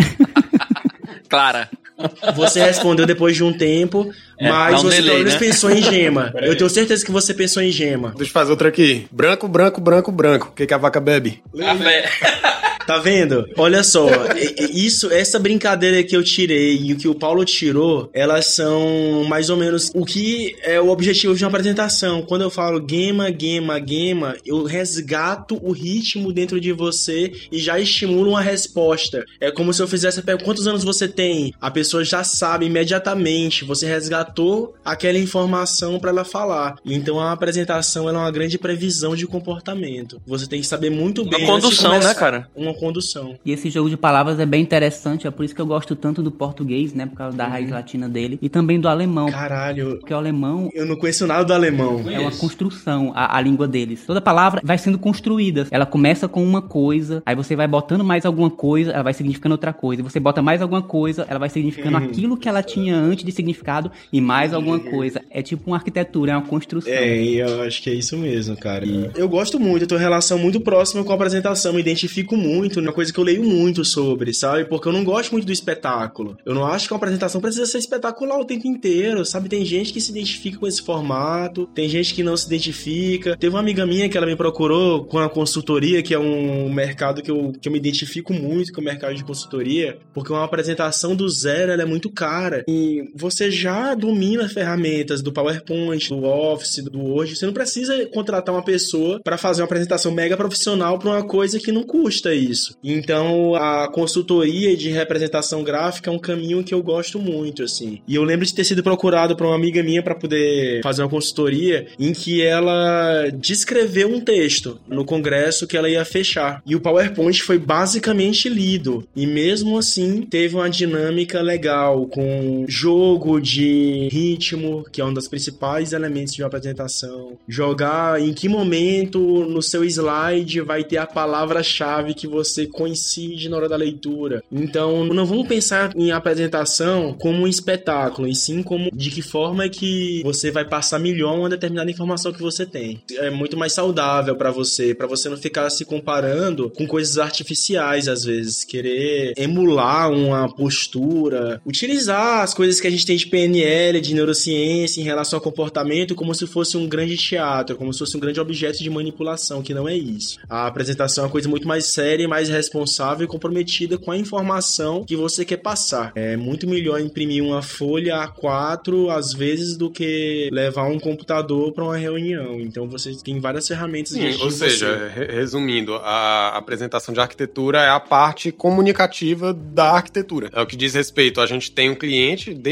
Speaker 2: Clara.
Speaker 3: Você respondeu depois de um tempo,
Speaker 2: É,
Speaker 3: mas
Speaker 2: dá um
Speaker 3: você
Speaker 2: delay,
Speaker 3: talvez
Speaker 2: né?
Speaker 3: pensou em gema. Eu tenho certeza que você pensou em gema.
Speaker 4: Deixa eu fazer outra aqui. Branco, branco, branco, branco. O que, que a vaca bebe?
Speaker 2: Café.
Speaker 3: Tá vendo? Olha só, isso, essa brincadeira que eu tirei e o que o Paulo tirou, elas são mais ou menos o que é o objetivo de uma apresentação. Quando eu falo gema, gema, gema, eu resgato o ritmo dentro de você e já estimulo uma resposta. É como se eu fizesse a pergunta, quantos anos você tem? A pessoa já sabe imediatamente, você resgatou aquela informação para ela falar. Então a apresentação ela é uma grande previsão de comportamento. Você tem que saber muito bem...
Speaker 2: Uma condução,
Speaker 3: antes de
Speaker 2: né,
Speaker 3: começar-
Speaker 2: cara?
Speaker 3: Uma condução.
Speaker 1: E esse jogo de palavras é bem interessante, é por isso que eu gosto tanto do português, né? Por causa da raiz latina dele. E também do alemão.
Speaker 3: Caralho,
Speaker 1: Porque o alemão
Speaker 3: eu não conheço nada do alemão.
Speaker 1: é uma construção, a, a língua deles. Toda palavra vai sendo construída. Ela começa com uma coisa, aí você vai botando mais alguma coisa, ela vai significando outra coisa. Você bota mais alguma coisa, ela vai significando aquilo que ela tinha antes de significado e mais alguma coisa. É tipo uma arquitetura, é uma construção.
Speaker 3: É, e eu acho que é isso mesmo, cara. E eu gosto muito, eu tenho uma relação muito próxima com a apresentação, me identifico muito, uma coisa que eu leio muito sobre, sabe? Porque eu não gosto muito do espetáculo. Eu não acho que uma apresentação precisa ser espetacular o tempo inteiro, sabe? Tem gente que se identifica com esse formato, tem gente que não se identifica. Teve uma amiga minha que ela me procurou com a consultoria, que é um mercado que eu, que eu me identifico muito com o mercado de consultoria, porque uma apresentação do zero, ela é muito cara. E você já domina ferramentas do PowerPoint, do Office, do Word, você não precisa contratar uma pessoa para fazer uma apresentação mega profissional para uma coisa que não custa isso. Então, a consultoria de representação gráfica é um caminho que eu gosto muito, assim. E eu lembro de ter sido procurado por uma amiga minha para poder fazer uma consultoria em que ela descreveu um texto no congresso que ela ia fechar. E o PowerPoint foi basicamente lido. E mesmo assim, teve uma dinâmica legal com jogo de ritmo, que é um dos principais elementos de uma apresentação. Jogar em que momento no seu slide vai ter a palavra-chave que você coincide na hora da leitura. Então, não vamos pensar em apresentação como um espetáculo, e sim como de que forma é que você vai passar melhor uma determinada informação que você tem. É muito mais saudável pra você, pra você não ficar se comparando com coisas artificiais, às vezes. Querer emular uma postura, utilizar as coisas que a gente tem de P N L, de neurociência em relação ao comportamento como se fosse um grande teatro, como se fosse um grande objeto de manipulação, que não é isso. A apresentação é uma coisa muito mais séria, mais responsável e comprometida com a informação que você quer passar. É muito melhor imprimir uma folha A quatro, às vezes, do que levar um computador para uma reunião. Então, você tem várias ferramentas
Speaker 4: Sim,
Speaker 3: diante
Speaker 4: ou
Speaker 3: de
Speaker 4: seja,
Speaker 3: você.
Speaker 4: re- resumindo, a apresentação de arquitetura é a parte comunicativa da arquitetura. É o que diz respeito, a gente tem um cliente, desde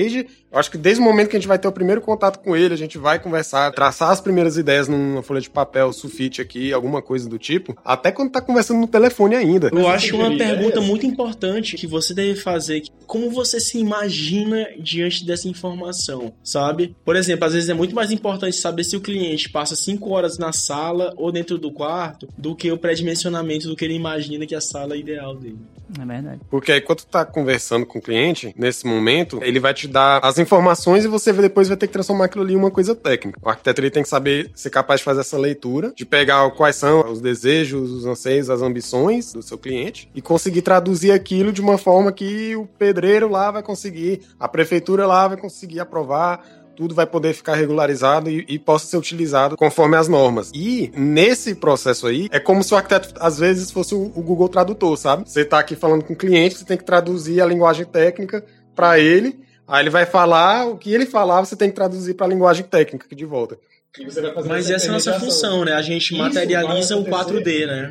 Speaker 4: Eu acho que desde o momento que a gente vai ter o primeiro contato com ele, a gente vai conversar, traçar as primeiras ideias numa folha de papel, sulfite aqui, alguma coisa do tipo, até quando tá conversando no telefone ainda.
Speaker 3: Eu acho uma pergunta muito importante que você deve fazer, como você se imagina diante dessa informação, sabe? Por exemplo, às vezes é muito mais importante saber se o cliente passa cinco horas na sala ou dentro do quarto do que o pré-dimensionamento do que ele imagina que é a sala ideal dele.
Speaker 1: É verdade.
Speaker 4: Porque aí quando tu tá conversando com o cliente, nesse momento, ele vai te dar as informações e você depois vai ter que transformar aquilo ali em uma coisa técnica. O arquiteto ele tem que saber ser capaz de fazer essa leitura, de pegar quais são os desejos, os anseios, as ambições do seu cliente e conseguir traduzir aquilo de uma forma que o pedreiro lá vai conseguir, a prefeitura lá vai conseguir aprovar, tudo vai poder ficar regularizado e, e possa ser utilizado conforme as normas. E nesse processo aí, é como se o arquiteto, às vezes, fosse o, o Google Tradutor, sabe? Você tá aqui falando com o cliente, você tem que traduzir a linguagem técnica para ele, aí ele vai falar, o que ele falar, você tem que traduzir para a linguagem técnica aqui de volta. E você vai fazer
Speaker 3: Mas essa é a nossa função, né? A gente Isso materializa o quatro D, né?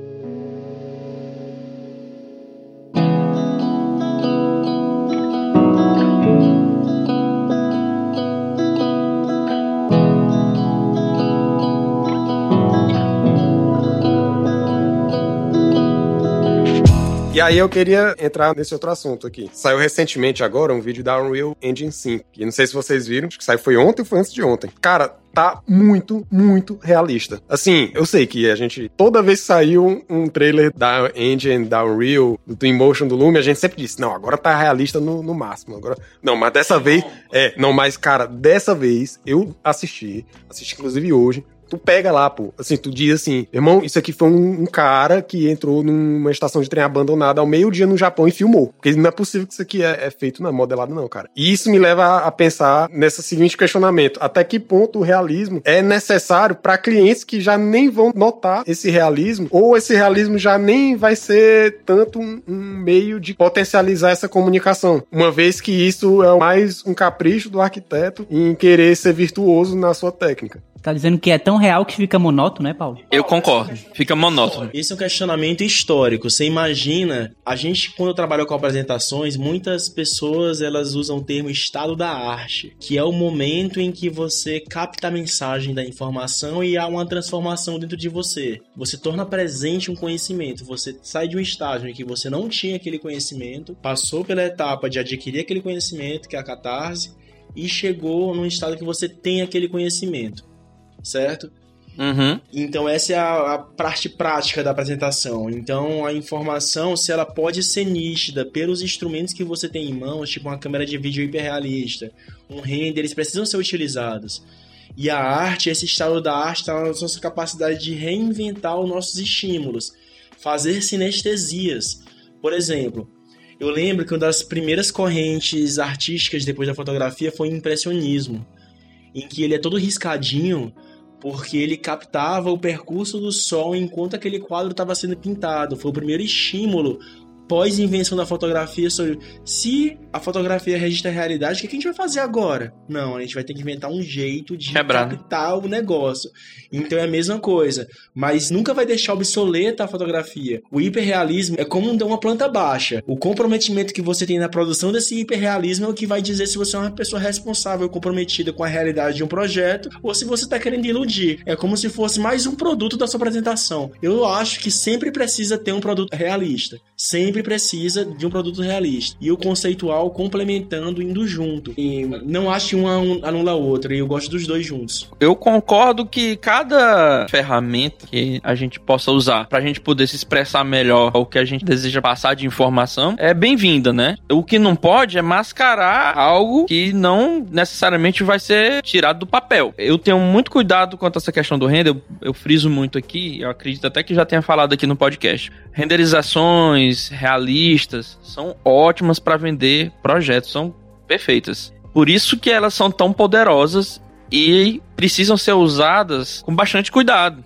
Speaker 4: E aí eu queria entrar nesse outro assunto aqui. Saiu recentemente agora um vídeo da Unreal Engine cinco. E não sei se vocês viram, acho que saiu foi ontem ou foi antes de ontem. Cara, tá muito, muito realista. Assim, eu sei que a gente, toda vez que saiu um, um trailer da Engine, da Unreal, do Twinmotion, do Lume, a gente sempre disse, não, agora tá realista no, no máximo. Agora, não, mas dessa vez, é, não, mas cara, dessa vez eu assisti, assisti inclusive hoje, tu pega lá, pô, assim, tu diz assim, irmão, isso aqui foi um, um cara que entrou numa estação de trem abandonada ao meio-dia no Japão e filmou. Porque não é possível que isso aqui é, é feito, não é modelado não, cara. E isso me leva a, a pensar nesse seguinte questionamento, até que ponto o realismo é necessário para clientes que já nem vão notar esse realismo, ou esse realismo já nem vai ser tanto um, um meio de potencializar essa comunicação, uma vez que isso é mais um capricho do arquiteto em querer ser virtuoso na sua técnica.
Speaker 1: Tá dizendo que é tão real que fica monótono, né, Paulo?
Speaker 2: Eu concordo. Fica monótono.
Speaker 3: Esse é um questionamento histórico. Você imagina, a gente, quando trabalha com apresentações, muitas pessoas, elas usam o termo estado da arte, que é o momento em que você capta a mensagem da informação e há uma transformação dentro de você. Você torna presente um conhecimento. Você sai de um estágio em que você não tinha aquele conhecimento, passou pela etapa de adquirir aquele conhecimento, que é a catarse, e chegou num estado que você tem aquele conhecimento. Certo?
Speaker 2: Uhum.
Speaker 3: Então essa é a, a parte prática da apresentação. Então a informação, se ela pode ser nítida pelos instrumentos que você tem em mãos, tipo uma câmera de vídeo hiperrealista, um render, eles precisam ser utilizados. E a arte, esse estado da arte está na nossa capacidade de reinventar os nossos estímulos, fazer sinestesias. Por exemplo, eu lembro que uma das primeiras correntes artísticas depois da fotografia foi o impressionismo, em que ele é todo riscadinho, porque ele captava o percurso do sol enquanto aquele quadro estava sendo pintado. Foi o primeiro estímulo pós-invenção da fotografia sobre se a fotografia registra a realidade, o que a gente vai fazer agora? Não, a gente vai ter que inventar um jeito de
Speaker 2: Quebrar.
Speaker 3: captar o negócio. Então é a mesma coisa, mas nunca vai deixar obsoleta a fotografia. O hiperrealismo é como uma planta baixa. O comprometimento que você tem na produção desse hiperrealismo é o que vai dizer se você é uma pessoa responsável, comprometida com a realidade de um projeto, ou se você está querendo iludir. É como se fosse mais um produto da sua apresentação. Eu acho que sempre precisa ter um produto realista. Sempre precisa de um produto realista. E o conceitual complementando, indo junto. E não acho que um anula o outro. E eu gosto dos dois juntos.
Speaker 2: Eu concordo que cada ferramenta que a gente possa usar pra gente poder se expressar melhor o que a gente deseja passar de informação é bem-vinda, né? O que não pode é mascarar algo que não necessariamente vai ser tirado do papel. Eu tenho muito cuidado quanto a essa questão do render. Eu, eu friso muito aqui. Eu acredito até que já tenha falado aqui no podcast. Renderizações realistas são ótimas para vender projetos, são perfeitas. Por isso que elas são tão poderosas e precisam ser usadas com bastante cuidado.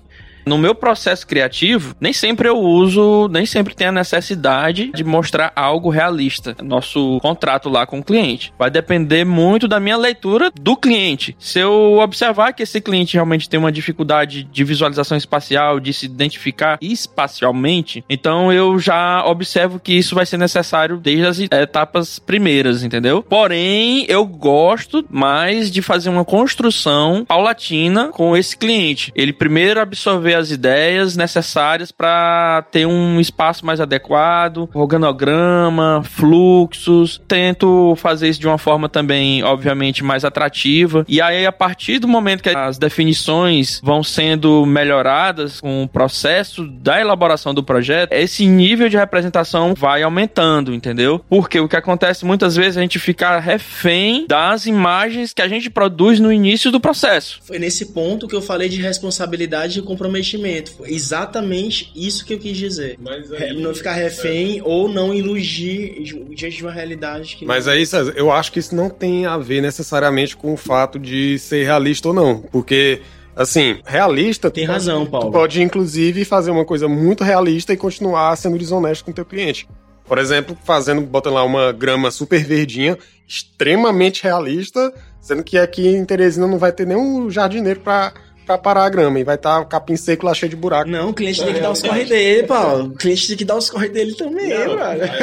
Speaker 2: No meu processo criativo, nem sempre eu uso, nem sempre tem a necessidade de mostrar algo realista. Nosso contrato lá com o cliente vai depender muito da minha leitura do cliente. Se eu observar que esse cliente realmente tem uma dificuldade de visualização espacial, de se identificar espacialmente, então eu já observo que isso vai ser necessário desde as etapas primeiras, entendeu? Porém, eu gosto mais de fazer uma construção paulatina com esse cliente. Ele primeiro absorver as ideias necessárias para ter um espaço mais adequado, organograma, fluxos. Tento fazer isso de uma forma também, obviamente, mais atrativa. E aí, a partir do momento que as definições vão sendo melhoradas com o processo da elaboração do projeto, esse nível de representação vai aumentando, entendeu? Porque o que acontece muitas vezes é a gente ficar refém das imagens que a gente produz no início do processo.
Speaker 3: Foi nesse ponto que eu falei de responsabilidade e comprometimento. Foi exatamente isso que eu quis dizer. Mas aí, não ficar refém é. ou não ilugir diante de uma realidade que...
Speaker 4: Mas
Speaker 3: não...
Speaker 4: aí, César, eu acho que isso não tem a ver necessariamente com o fato de ser realista ou não. Porque... Assim, realista...
Speaker 3: Tem razão, Paulo.
Speaker 4: Tu pode, inclusive, fazer uma coisa muito realista e continuar sendo desonesto com o teu cliente. Por exemplo, fazendo, botando lá uma grama super verdinha, extremamente realista, sendo que aqui em Teresina não vai ter nenhum jardineiro pra, pra parar a grama, e vai estar o capim seco lá cheio de buraco.
Speaker 3: Não, o cliente tem que dar os corre dele, Paulo. O cliente tem que dar os corre dele também, velho.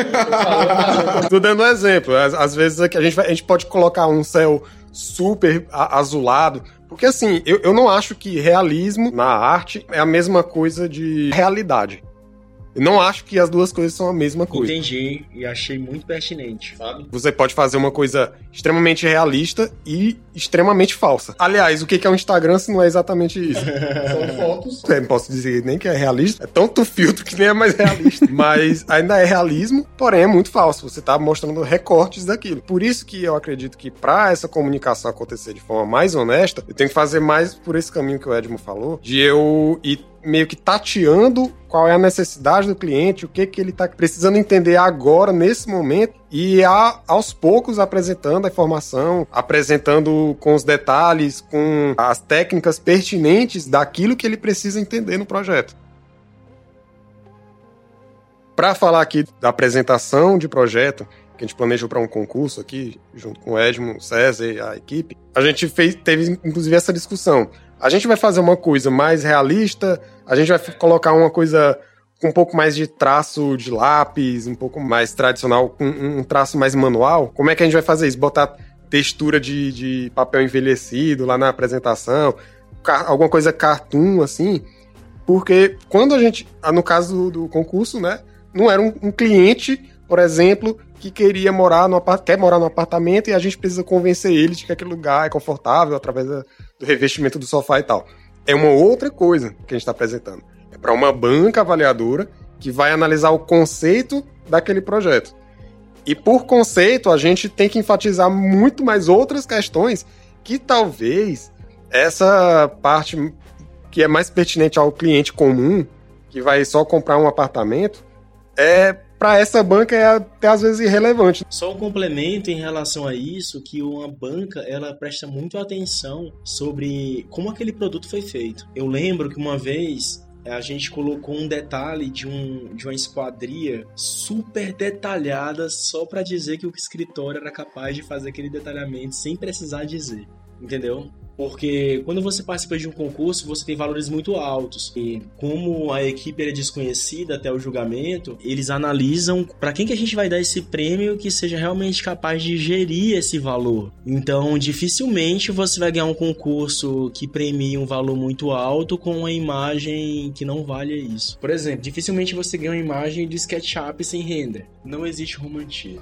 Speaker 4: Tô dando um exemplo. Às, às vezes aqui a gente, vai, a gente pode colocar um céu super azulado, porque assim, eu, eu não acho que realismo na arte é a mesma coisa de realidade. Eu não acho que as duas coisas são a mesma coisa.
Speaker 3: Entendi, e achei muito pertinente, sabe?
Speaker 4: Você pode fazer uma coisa extremamente realista e extremamente falsa. Aliás, o que é um Instagram se não é exatamente isso? São fotos. Eu não posso dizer nem que é realista. É tanto filtro que nem é mais realista. Mas ainda é realismo, porém é muito falso. Você tá mostrando recortes daquilo. Por isso que eu acredito que pra essa comunicação acontecer de forma mais honesta, eu tenho que fazer mais por esse caminho que o Edmo falou, de eu ir meio que tateando qual é a necessidade do cliente, o que que ele está precisando entender agora, nesse momento, e a, aos poucos apresentando a informação, apresentando com os detalhes, com as técnicas pertinentes daquilo que ele precisa entender no projeto. Para falar aqui da apresentação de projeto, que a gente planejou para um concurso aqui, junto com o Edmo, o César e a equipe, a gente fez, teve inclusive essa discussão. A gente vai fazer uma coisa mais realista, a gente vai colocar uma coisa com um pouco mais de traço de lápis, um pouco mais tradicional, com um traço mais manual. Como é que a gente vai fazer isso? Botar textura de, de papel envelhecido lá na apresentação, alguma coisa cartoon, assim. Porque quando a gente, no caso do, do concurso, né, não era um, um cliente, por exemplo, que queria morar no, quer morar no apartamento e a gente precisa convencer ele de que aquele lugar é confortável através da, do revestimento do sofá e tal. É uma outra coisa que a gente está apresentando. É para uma banca avaliadora que vai analisar o conceito daquele projeto. E por conceito, a gente tem que enfatizar muito mais outras questões que talvez essa parte que é mais pertinente ao cliente comum, que vai só comprar um apartamento, é... para essa banca é até às vezes irrelevante.
Speaker 3: Só um complemento em relação a isso, que uma banca, ela presta muito atenção sobre como aquele produto foi feito. Eu lembro que uma vez a gente colocou um detalhe de, um, de uma esquadria super detalhada só para dizer que o escritório era capaz de fazer aquele detalhamento sem precisar dizer, entendeu? Porque quando você participa de um concurso, você tem valores muito altos. E como a equipe é desconhecida até o julgamento, eles analisam para quem que a gente vai dar esse prêmio que seja realmente capaz de gerir esse valor. Então, dificilmente você vai ganhar um concurso que premie um valor muito alto com uma imagem que não valha isso. Por exemplo, dificilmente você ganha uma imagem de SketchUp sem render. Não existe romantismo.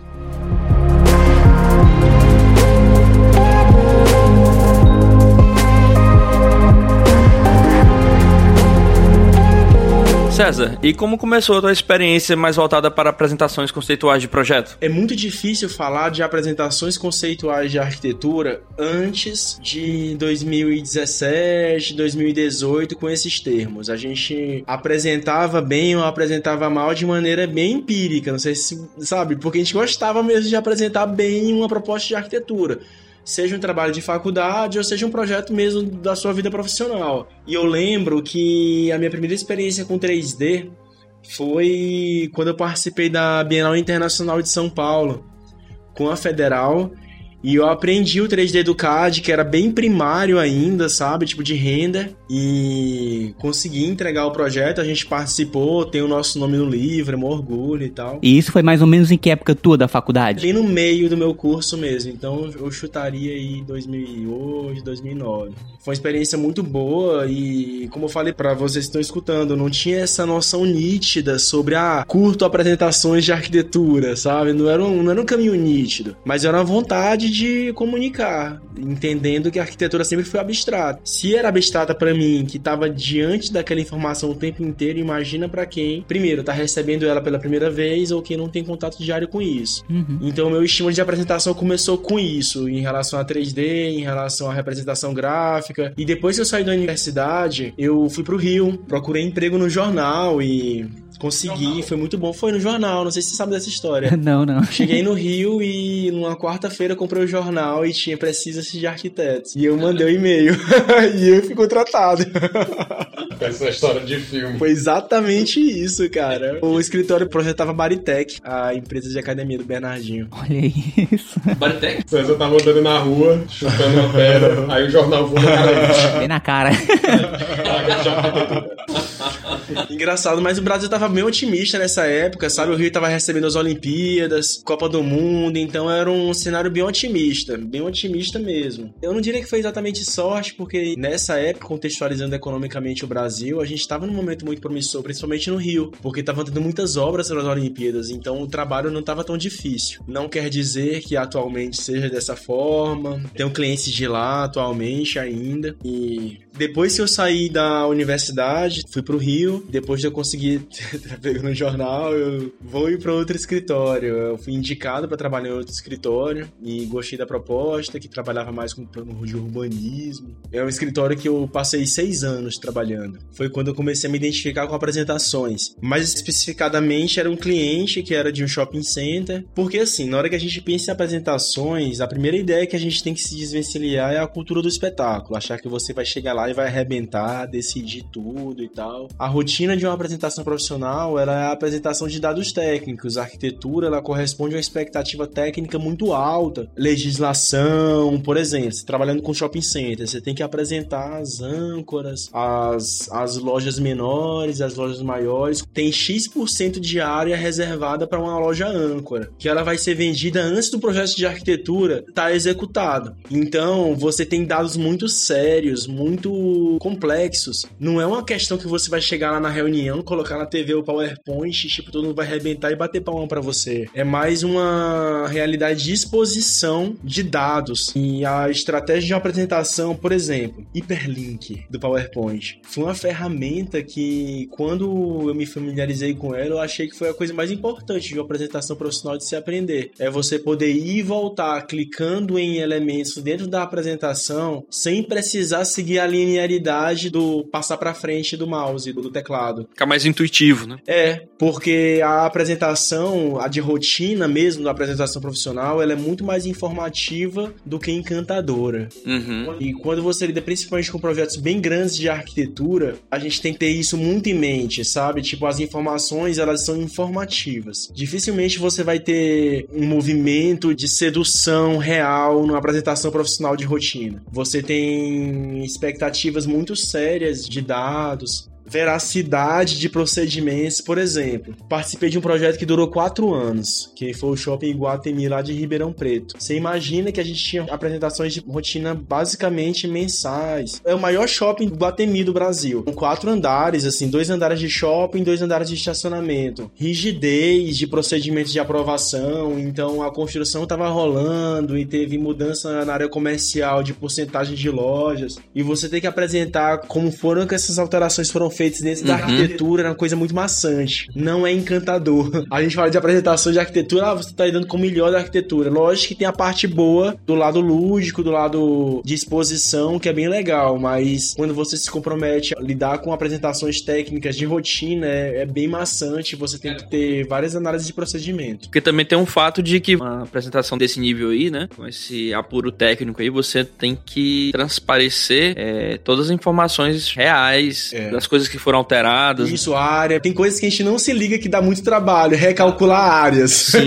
Speaker 2: César, e como começou a tua experiência mais voltada para apresentações conceituais de projeto?
Speaker 3: É muito difícil falar de apresentações conceituais de arquitetura antes de dois mil e dezessete, dois mil e dezoito com esses termos. A gente apresentava bem ou apresentava mal de maneira bem empírica, não sei se sabe, porque a gente gostava mesmo de apresentar bem uma proposta de arquitetura. seja um trabalho de faculdade ou seja um projeto mesmo da sua vida profissional. E eu lembro que a minha primeira experiência com três D foi quando eu participei da Bienal Internacional de São Paulo com a Federal. E eu aprendi o três D do C A D, que era bem primário ainda, sabe? Tipo de render. E consegui entregar o projeto, a gente participou, tem o nosso nome no livro, é um orgulho e tal.
Speaker 1: E isso foi mais ou menos em que época tua da faculdade?
Speaker 3: Bem no meio do meu curso mesmo, então eu chutaria aí dois mil e oito, dois mil e nove. Foi uma experiência muito boa e, como eu falei pra vocês que estão escutando, eu não tinha essa noção nítida sobre, ah, curto apresentações de arquitetura, sabe? Não era um, não era um caminho nítido, mas era uma vontade de comunicar, entendendo que a arquitetura sempre foi abstrata. Se era abstrata pra mim, que tava diante daquela informação o tempo inteiro, imagina pra quem, primeiro, tá recebendo ela pela primeira vez ou quem não tem contato diário com isso.
Speaker 1: Uhum.
Speaker 3: Então, o meu estímulo de apresentação começou com isso, em relação a três D, em relação à representação gráfica. E depois que eu saí da universidade, eu fui pro Rio, procurei emprego no jornal e consegui, jornal. Foi muito bom. Foi no jornal, não sei se você sabe dessa história.
Speaker 1: Não, não.
Speaker 3: Cheguei no Rio e numa quarta-feira comprei o jornal e tinha precisa-se de arquitetos. E eu mandei o um e-mail e eu fui contratado.
Speaker 4: Essa história de filme.
Speaker 3: Foi exatamente isso, cara. O escritório projetava Baritec, a empresa de academia do Bernardinho.
Speaker 1: Olha isso.
Speaker 2: Baritec?
Speaker 4: César tava andando na rua, chutando uma pedra, aí o jornal voou na cara.
Speaker 1: Bem na cara.
Speaker 3: Engraçado, mas o Brasil tava bem otimista nessa época, sabe? O Rio tava recebendo as Olimpíadas, Copa do Mundo, então era um cenário bem otimista, bem otimista mesmo. Eu não diria que foi exatamente sorte, porque nessa época, contextualizando economicamente o Brasil, a gente tava num momento muito promissor, principalmente no Rio, porque tava tendo muitas obras nas Olimpíadas, então o trabalho não tava tão difícil. Não quer dizer que atualmente seja dessa forma, tenho clientes de lá atualmente ainda, e depois que eu saí da universidade, fui pro Rio, depois de eu conseguir pegar no jornal, eu vou ir para outro escritório. Eu fui indicado para trabalhar em outro escritório e gostei da proposta, que trabalhava mais com plano de urbanismo. É um escritório que eu passei seis anos trabalhando. Foi quando eu comecei a me identificar com apresentações. Mais especificadamente, era um cliente que era de um shopping center, porque assim, na hora que a gente pensa em apresentações, a primeira ideia que a gente tem que se desvencilhar é a cultura do espetáculo, achar que você vai chegar lá e vai arrebentar, decidir tudo e tal. A rotina de uma apresentação profissional era a apresentação de dados técnicos. A arquitetura, ela corresponde a uma expectativa técnica muito alta. Legislação, por exemplo, você trabalhando com shopping center, você tem que apresentar as âncoras, as, as lojas menores, as lojas maiores. Tem X por cento de área reservada para uma loja âncora, que ela vai ser vendida antes do projeto de arquitetura estar executado. Então, você tem dados muito sérios, muito complexos. Não é uma questão que você vai chegar lá na reunião, colocar na T V o PowerPoint, tipo, todo mundo vai arrebentar e bater palma pra você. É mais uma realidade de exposição de dados. E a estratégia de uma apresentação, por exemplo, hiperlink do PowerPoint, foi uma ferramenta que, quando eu me familiarizei com ela, eu achei que foi a coisa mais importante de uma apresentação profissional de se aprender. É você poder ir e voltar clicando em elementos dentro da apresentação sem precisar seguir a linearidade do passar pra frente do mouse, do teclado.
Speaker 2: Fica mais intuitivo, né?
Speaker 3: É, porque a apresentação, a de rotina mesmo, da apresentação profissional, ela é muito mais informativa do que encantadora.
Speaker 2: Uhum.
Speaker 3: E quando você lida principalmente com projetos bem grandes de arquitetura, a gente tem que ter isso muito em mente, sabe? Tipo, as informações, elas são informativas. Dificilmente você vai ter um movimento de sedução real numa apresentação profissional de rotina. Você tem expectativas muito sérias de dados, veracidade de procedimentos. Por exemplo, participei de um projeto que durou quatro anos, que foi o Shopping Iguatemi lá de Ribeirão Preto. Você imagina que a gente tinha apresentações de rotina basicamente mensais. É o maior shopping Iguatemi do Brasil, com quatro andares, assim, dois andares de shopping, dois andares de estacionamento. Rigidez de procedimentos de aprovação, então a construção estava rolando e teve mudança na área comercial de porcentagem de lojas, e você tem que apresentar como foram que essas alterações foram feitas feitos dentro
Speaker 2: Uhum.
Speaker 3: da arquitetura, é uma coisa muito maçante. Não é encantador. A gente fala de apresentação de arquitetura, ah, você tá lidando com o melhor da arquitetura. Lógico que tem a parte boa do lado lúdico, do lado de exposição, que é bem legal, mas quando você se compromete a lidar com apresentações técnicas de rotina, é, é bem maçante, você tem que ter várias análises de procedimento.
Speaker 2: Porque também tem um fato de que uma apresentação desse nível aí, né, com esse apuro técnico aí, você tem que transparecer é, todas as informações reais,
Speaker 3: É.
Speaker 2: das coisas que foram alteradas.
Speaker 3: Isso, área. Tem coisas que a gente não se liga que dá muito trabalho. Recalcular áreas.
Speaker 2: Sim.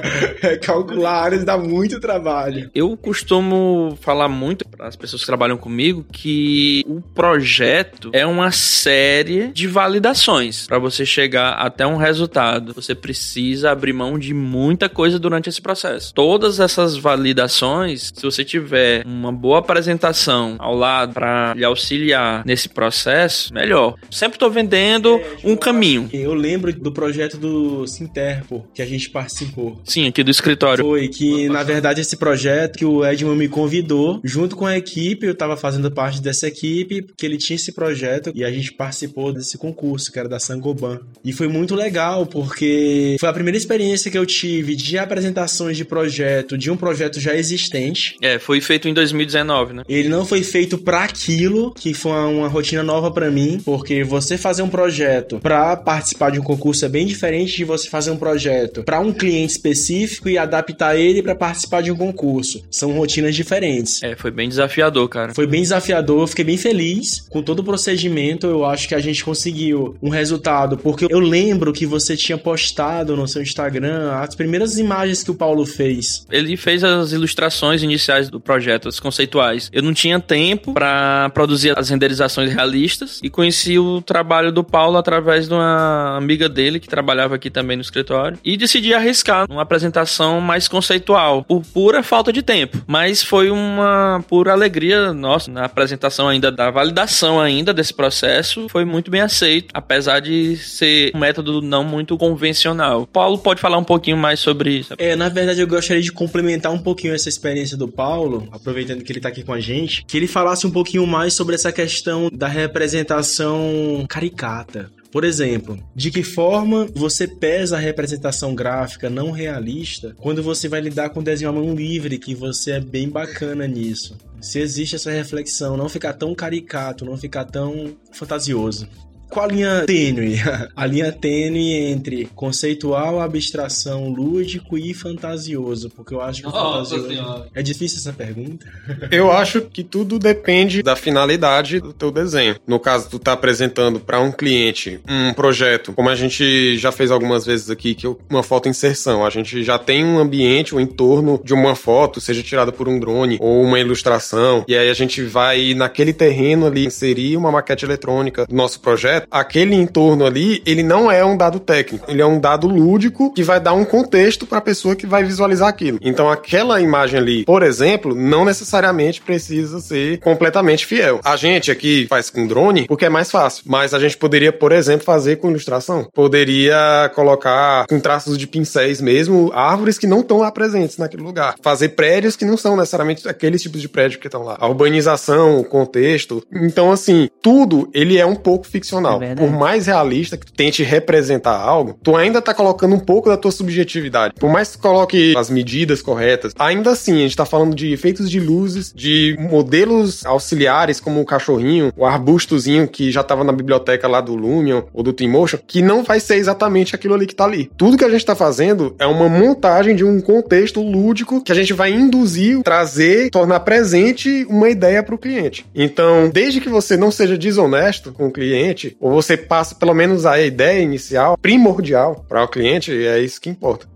Speaker 3: Recalcular áreas dá muito trabalho.
Speaker 2: Eu costumo falar muito para as pessoas que trabalham comigo que o projeto é uma série de validações. Para você chegar até um resultado, você precisa abrir mão de muita coisa durante esse processo. Todas essas validações, se você tiver uma boa apresentação ao lado para lhe auxiliar nesse processo, melhor. Sempre estou vendendo um caminho.
Speaker 3: Eu lembro do projeto do Sinterpo, que a gente participou.
Speaker 2: Sim, aqui do escritório.
Speaker 3: Foi que, na verdade, esse projeto que o Edmund me convidou, junto com a equipe, eu tava fazendo parte dessa equipe, porque ele tinha esse projeto e a gente participou desse concurso, que era da Sangoban. E foi muito legal, porque foi a primeira experiência que eu tive de apresentações de projeto, de um projeto já existente.
Speaker 2: É, foi feito em dois mil e dezenove, né?
Speaker 3: Ele não foi feito pra aquilo, que foi uma, uma rotina nova pra mim, porque você fazer um projeto pra participar de um concurso é bem diferente de você fazer um projeto pra um cliente específico e adaptar ele pra participar de um concurso. São rotinas diferentes.
Speaker 2: É, foi bem desafiador, cara.
Speaker 3: Foi bem desafiador, eu fiquei bem feliz com todo o procedimento. Eu acho que a gente conseguiu um resultado, porque eu lembro que você tinha postado no seu Instagram as primeiras imagens que o Paulo fez.
Speaker 2: Ele fez as ilustrações iniciais do projeto, as conceituais. Eu não tinha tempo para produzir as renderizações realistas e conheci o trabalho do Paulo através de uma amiga dele que trabalhava aqui também no escritório e decidi arriscar uma apresentação mais conceitual, por pura falta de tempo. Mas foi uma pura alegria nossa na apresentação ainda da validação ainda desse processo. Foi muito bem aceito, apesar de ser um método não muito convencional. O Paulo pode falar um pouquinho mais sobre isso.
Speaker 3: É, na verdade eu gostaria de complementar um pouquinho essa experiência do Paulo, aproveitando que ele tá aqui com a gente, que ele falasse um pouquinho mais sobre essa questão da representação caricata. Por exemplo, de que forma você pesa a representação gráfica não realista quando você vai lidar com desenho à mão livre, que você é bem bacana nisso. Se existe essa reflexão, não ficar tão caricato, não ficar tão fantasioso. Qual a linha tênue? A linha tênue entre conceitual, abstração, lúdico e fantasioso, porque eu acho que o fantasioso...
Speaker 1: Senhora.
Speaker 3: É difícil essa pergunta?
Speaker 4: Eu acho que tudo depende da finalidade do teu desenho. No caso, tu tá apresentando para um cliente um projeto, como a gente já fez algumas vezes aqui, que é uma foto inserção. A gente já tem um ambiente, um entorno de uma foto, seja tirada por um drone ou uma ilustração, e aí a gente vai naquele terreno ali inserir uma maquete eletrônica do nosso projeto. Aquele entorno ali, ele não é um dado técnico, ele é um dado lúdico que vai dar um contexto para a pessoa que vai visualizar aquilo. Então aquela imagem ali, por exemplo, não necessariamente precisa ser completamente fiel. A gente aqui faz com drone porque é mais fácil, mas a gente poderia, por exemplo, fazer com ilustração. Poderia colocar com traços de pincéis mesmo, árvores que não estão lá presentes naquele lugar. Fazer prédios que não são necessariamente aqueles tipos de prédio que estão lá. A urbanização, o contexto. Então, assim, tudo ele é um pouco ficcional.
Speaker 1: É
Speaker 4: Por mais realista que tu tente representar algo, tu ainda tá colocando um pouco da tua subjetividade. Por mais que tu coloque as medidas corretas, ainda assim, a gente tá falando de efeitos de luzes, de modelos auxiliares, como o cachorrinho, o arbustozinho que já tava na biblioteca lá do Lumion ou do Twinmotion, que não vai ser exatamente aquilo ali que tá ali. Tudo que a gente tá fazendo é uma montagem de um contexto lúdico que a gente vai induzir, trazer, tornar presente uma ideia pro cliente. Então, desde que você não seja desonesto com o cliente, ou você passa pelo menos a ideia inicial, primordial para o cliente, é isso que importa.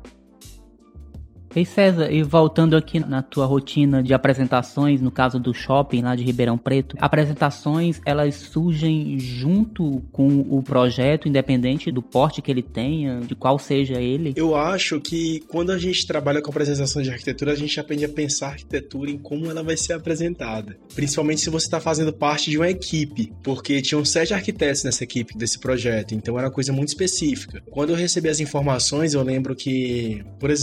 Speaker 1: Ei César, e voltando aqui na tua rotina de apresentações, no caso do shopping lá de Ribeirão Preto, apresentações elas surgem junto com o projeto, independente do porte que ele tenha, de qual seja ele?
Speaker 3: Eu acho que quando a gente trabalha com apresentação de arquitetura, a gente aprende a pensar a arquitetura em como ela vai ser apresentada. Principalmente se você está fazendo parte de uma equipe, porque tinham sete arquitetos nessa equipe desse projeto, então era uma coisa muito específica. Quando eu recebi as informações, eu lembro que, por exemplo,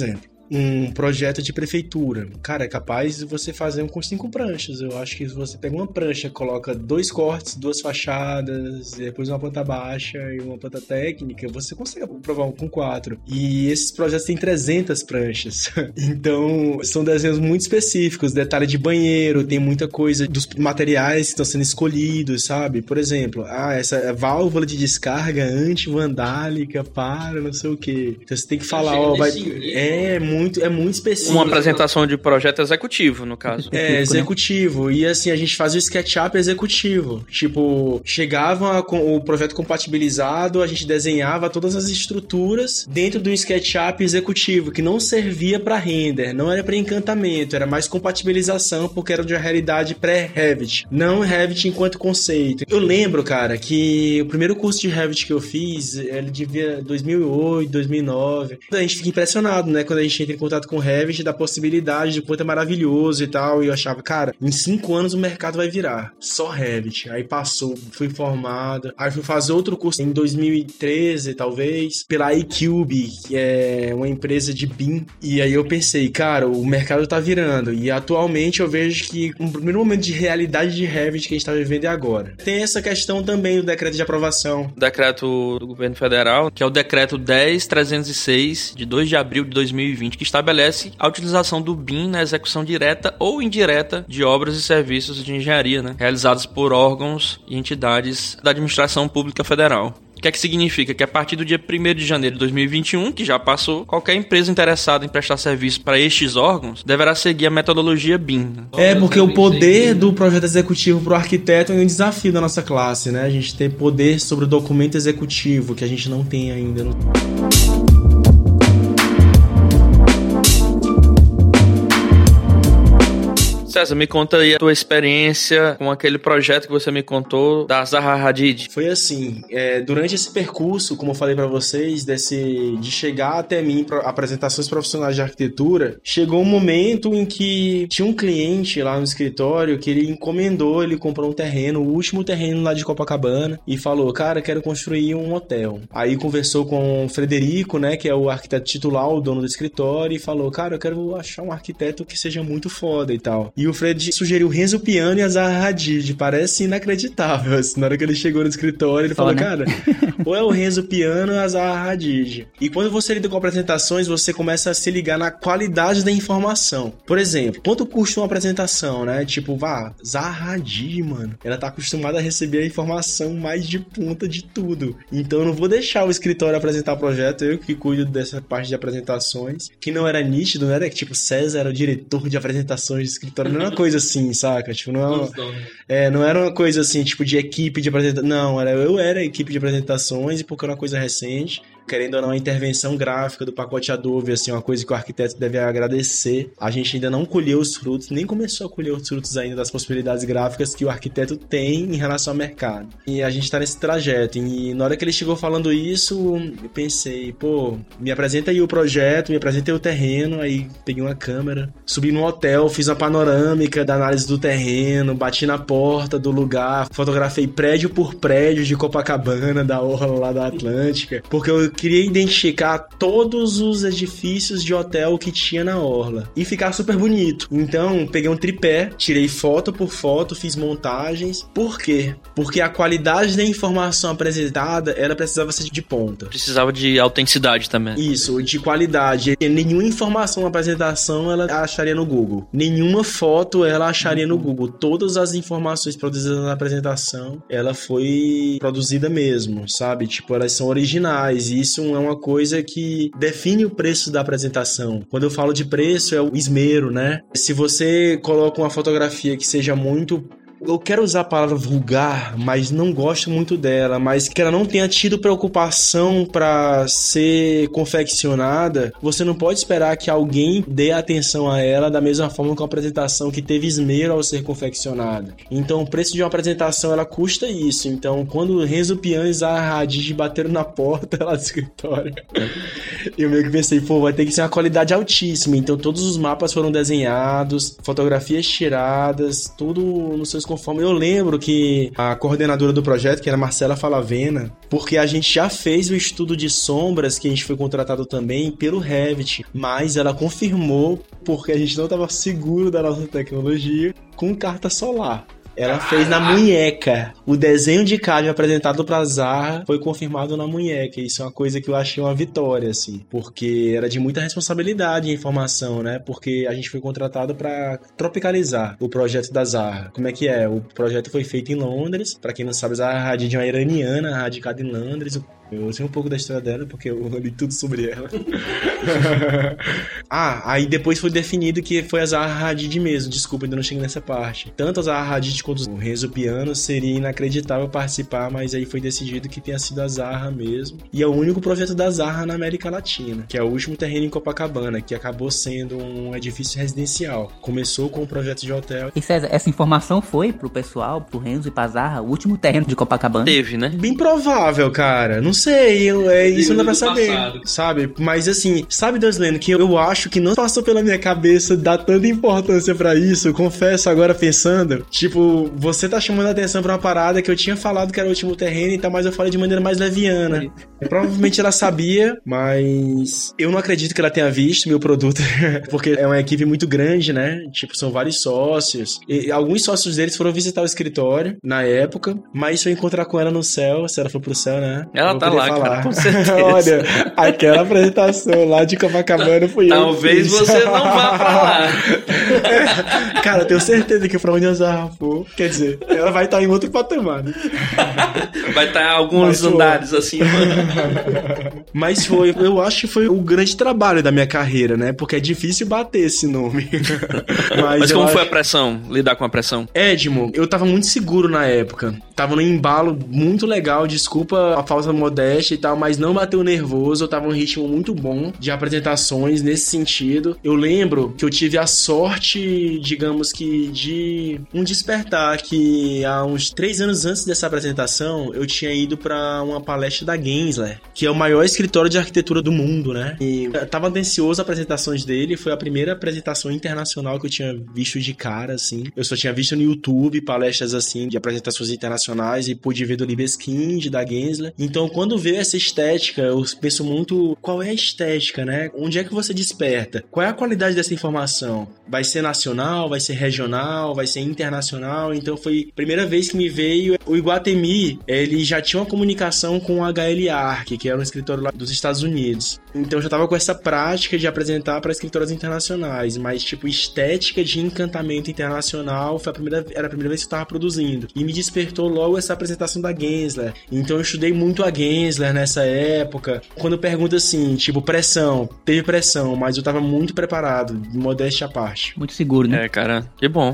Speaker 3: um projeto de prefeitura. Cara, é capaz de você fazer um com cinco pranchas. Eu acho que se você pega uma prancha, coloca dois cortes, duas fachadas, depois uma planta baixa e uma planta técnica, você consegue provar um com quatro. E esses projetos têm trezentas pranchas. Então, são desenhos muito específicos, detalhe de banheiro, tem muita coisa dos materiais que estão sendo escolhidos, sabe? Por exemplo, ah, essa válvula de descarga anti-vandálica para não sei o quê. Então, você tem que falar, ó, vai... É muito, é muito específico.
Speaker 2: Uma apresentação de projeto executivo, no caso.
Speaker 3: É, executivo. E assim, a gente fazia o SketchUp executivo. Tipo, chegava com o projeto compatibilizado, a gente desenhava todas as estruturas dentro do SketchUp executivo, que não servia para render, não era para encantamento, era mais compatibilização, porque era de uma realidade pré-Revit, não Revit enquanto conceito. Eu lembro, cara, que o primeiro curso de Revit que eu fiz, ele devia dois mil e oito, dois mil e nove. A gente fica impressionado, né, quando a gente entra em contato com o Revit, da possibilidade de quanto é maravilhoso e tal, e eu achava, cara, em cinco anos o mercado vai virar, só Revit. Aí passou, fui formado, aí fui fazer outro curso em dois mil e treze, talvez, pela iCube, que é uma empresa de B I M, e aí eu pensei, cara, o mercado tá virando, e atualmente eu vejo que um primeiro momento de realidade de Revit que a gente tá vivendo é agora. Tem essa questão também do decreto de aprovação.
Speaker 2: O decreto do governo federal, que é o decreto dez mil trezentos e seis, de dois de abril de dois mil e vinte, que estabelece a utilização do B I M na execução direta ou indireta de obras e serviços de engenharia, né, realizados por órgãos e entidades da administração pública federal. O que é que significa? Que a partir do dia primeiro de janeiro de dois mil e vinte e um, que já passou, qualquer empresa interessada em prestar serviço para estes órgãos deverá seguir a metodologia B I M.
Speaker 3: É, porque o poder do projeto executivo para o arquiteto é um desafio da nossa classe, né? A gente tem poder sobre o documento executivo, que a gente não tem ainda no...
Speaker 2: César, me conta aí a tua experiência com aquele projeto que você me contou da Zaha Hadid.
Speaker 3: Foi assim, é, durante esse percurso, como eu falei pra vocês, desse, de chegar até mim para apresentações profissionais de arquitetura, chegou um momento em que tinha um cliente lá no escritório que ele encomendou, ele comprou um terreno, o último terreno lá de Copacabana, e falou, cara, quero construir um hotel. Aí conversou com o Frederico, né, que é o arquiteto titular, o dono do escritório, e falou, cara, eu quero achar um arquiteto que seja muito foda e tal. E o Fred sugeriu Renzo Piano e a Zaha Hadid. Parece inacreditável. Assim, na hora que ele chegou no escritório, ele Só, falou, né? cara, ou é o Renzo Piano ou a Zaha Hadid. E quando você lida com apresentações, você começa a se ligar na qualidade da informação. Por exemplo, quanto custa uma apresentação, né? Tipo, vá, Zaha Hadid, mano. Ela tá acostumada a receber a informação mais de ponta de tudo. Então eu não vou deixar o escritório apresentar o projeto, eu que cuido dessa parte de apresentações, que não era nítido, não era que tipo, César era o diretor de apresentações de escritório. Não era uma coisa assim, saca? Tipo, não, é uma, é, não era uma coisa assim, tipo, de equipe de apresentações. Não, era, eu era a equipe de apresentações e porque era uma coisa recente, querendo ou não, a intervenção gráfica do pacote Adobe, assim, uma coisa que o arquiteto deve agradecer. A gente ainda não colheu os frutos, nem começou a colher os frutos ainda das possibilidades gráficas que o arquiteto tem em relação ao mercado. E a gente tá nesse trajeto. E na hora que ele chegou falando isso, eu pensei, pô, me apresenta aí o projeto, me apresenta aí o terreno. Aí peguei uma câmera, subi no hotel, fiz uma panorâmica da análise do terreno, bati na porta do lugar, fotografei prédio por prédio de Copacabana, da orla lá da Atlântica, porque eu queria identificar todos os edifícios de hotel que tinha na orla e ficar super bonito. Então, peguei um tripé, tirei foto por foto, fiz montagens. Por quê? Porque a qualidade da informação apresentada, ela precisava ser de ponta.
Speaker 2: Precisava de autenticidade também.
Speaker 3: Isso, de qualidade. Nenhuma informação na apresentação ela acharia no Google. Nenhuma foto ela acharia no Google. Todas as informações produzidas na apresentação, ela foi produzida mesmo, sabe? Tipo, elas são originais e isso é uma coisa que define o preço da apresentação. Quando eu falo de preço, é o esmero, né? Se você coloca uma fotografia que seja muito... Eu quero usar a palavra vulgar, mas não gosto muito dela, mas que ela não tenha tido preocupação para ser confeccionada, você não pode esperar que alguém dê atenção a ela da mesma forma que uma apresentação que teve esmero ao ser confeccionada. Então, o preço de uma apresentação, ela custa isso. Então, quando Renzo Piano e Zaha Hadid bateram na porta lá do escritório, eu meio que pensei, pô, vai ter que ser uma qualidade altíssima. Então, todos os mapas foram desenhados, fotografias tiradas, tudo nos seus conforme eu lembro que a coordenadora do projeto, que era Marcela Falavena, porque a gente já fez o estudo de sombras, que a gente foi contratado também pelo Revit, mas ela confirmou, porque a gente não estava seguro da nossa tecnologia, com carta solar. Ela fez na munheca. O desenho de C A D apresentado pra Zaha foi confirmado na munheca. Isso é uma coisa que eu achei uma vitória, assim. Porque era de muita responsabilidade a informação, né? Porque a gente foi contratado pra tropicalizar o projeto da Zaha. Como é que é? O projeto foi feito em Londres. Pra quem não sabe, Zaha Hadid é uma iraniana, radicada em Londres. Eu sei um pouco da história dela, porque eu li tudo sobre ela. Ah, aí depois foi definido que foi a Zaha Hadid mesmo. Desculpa, ainda não cheguei nessa parte. Tanto a Zaha Hadid quanto o Renzo Piano seria inacreditável participar, mas aí foi decidido que tenha sido a Zaha mesmo. E é o único projeto da Zaha na América Latina, que é o último terreno em Copacabana, que acabou sendo um edifício residencial. Começou com um projeto de hotel.
Speaker 1: E César, essa informação foi pro pessoal, pro Renzo e pra Zaha, o último terreno de Copacabana?
Speaker 2: Teve, né?
Speaker 3: Bem provável, cara. Não sei, eu, é, isso não dá pra saber, passado. Sabe? Mas assim, sabe, Deus Lendo, que eu, eu acho que não passou pela minha cabeça dar tanta importância pra isso. Eu confesso agora pensando, tipo, você tá chamando a atenção pra uma parada que eu tinha falado que era o último terreno e tal, mas eu falei de maneira mais leviana. Provavelmente ela sabia, mas eu não acredito que ela tenha visto meu produto, porque é uma equipe muito grande, né? Tipo, são vários sócios. E alguns sócios deles foram visitar o escritório na época, mas se eu encontrar com ela no céu, se ela for pro céu, né?
Speaker 2: Ela tá lá, falar. Cara, com certeza.
Speaker 3: Olha, aquela apresentação lá de Copacabana foi
Speaker 2: Talvez eu você não vá pra lá.
Speaker 3: É, cara, eu tenho certeza que pra onde a Zaha for, quer dizer, ela vai estar em outro patamar, né?
Speaker 2: Vai estar em alguns andares assim.
Speaker 3: Mas foi, eu acho que foi o grande trabalho da minha carreira, né? Porque é difícil bater esse nome. Mas,
Speaker 2: Mas como
Speaker 3: acho...
Speaker 2: foi a pressão? Lidar com a pressão?
Speaker 3: Edmo, eu tava muito seguro na época. Tava num embalo muito legal, desculpa a falsa modéstia e tal, mas não bateu nervoso. Eu tava num ritmo muito bom de apresentações nesse sentido. Eu lembro que eu tive a sorte, digamos que, de um despertar que há uns três anos antes dessa apresentação, eu tinha ido pra uma palestra da Gensler, que é o maior escritório de arquitetura do mundo, né? E eu tava ansioso as apresentações dele. Foi a primeira apresentação internacional que eu tinha visto de cara, assim. Eu só tinha visto no YouTube palestras, assim, de apresentações internacionais e pude ver do Libeskind, da Gensler. Então, quando veio essa estética, eu penso muito, qual é a estética, né? Onde é que você desperta? Qual é a qualidade dessa informação? Vai ser nacional? Vai ser regional? Vai ser internacional? Então, foi a primeira vez que me veio. O Iguatemi, ele já tinha uma comunicação com o H L Arc, que era um escritório lá dos Estados Unidos. Então, eu já tava com essa prática de apresentar para escritórios internacionais, mas, tipo, estética de encantamento internacional foi a primeira, era a primeira vez que eu tava produzindo. E me despertou logo essa apresentação da Gensler. Então, eu estudei muito a Gensler nessa época. Quando pergunta assim, tipo, pressão, teve pressão, mas eu tava muito preparado, modéstia à parte.
Speaker 1: Muito seguro, né?
Speaker 2: É, cara, que bom.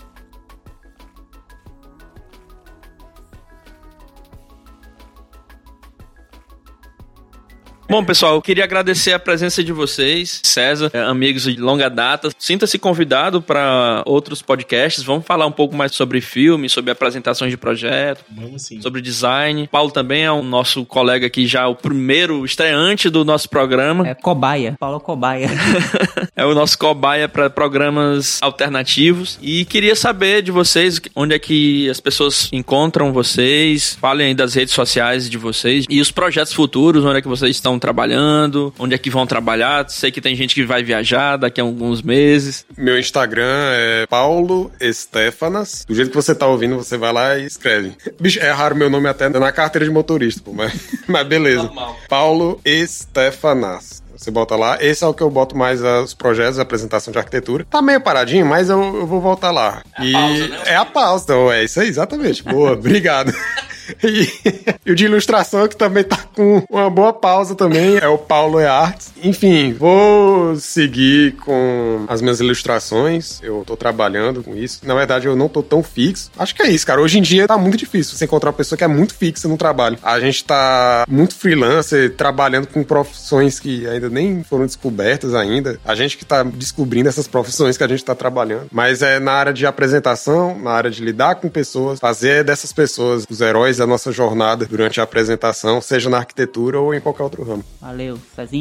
Speaker 2: Bom, pessoal, eu queria agradecer a presença de vocês, César, amigos de longa data. Sinta-se convidado para outros podcasts. Vamos falar um pouco mais sobre filme, sobre apresentações de projeto,
Speaker 3: Vamos sim.
Speaker 2: sobre design. Paulo também é o nosso colega aqui, já o primeiro estreante do nosso programa.
Speaker 1: É cobaia. Paulo cobaia.
Speaker 2: É o nosso cobaia para programas alternativos. E queria saber de vocês onde é que as pessoas encontram vocês. Falem aí das redes sociais de vocês e os projetos futuros, onde é que vocês estão trabalhando, onde é que vão trabalhar. Sei que tem gente que vai viajar daqui a alguns meses.
Speaker 4: Meu Instagram é Paulo Estefanas. Do jeito que você tá ouvindo, você vai lá e escreve. Bicho, é raro meu nome até na carteira de motorista, pô, mas, mas beleza. Normal. Paulo Estefanas. Você bota lá. Esse é o que eu boto mais os projetos, a apresentação de arquitetura. Tá meio paradinho, mas eu, eu vou voltar lá. É a e pausa, né? É a pausa. Então, é isso aí, exatamente. Boa, obrigado. E, e o de ilustração que também tá com uma boa pausa também é o Paulo E Arts. Enfim, vou seguir com as minhas ilustrações. Eu tô trabalhando com isso. Na verdade, eu não tô tão fixo. Acho que é isso, cara. Hoje em dia tá muito difícil você encontrar uma pessoa que é muito fixa no trabalho. A gente tá muito freelancer, trabalhando com profissões que ainda nem foram descobertas ainda. A gente que tá descobrindo essas profissões que a gente tá trabalhando. Mas é na área de apresentação, na área de lidar com pessoas, fazer dessas pessoas os heróis da nossa jornada durante a apresentação, seja na arquitetura ou em qualquer outro ramo.
Speaker 1: Valeu, Cezinha.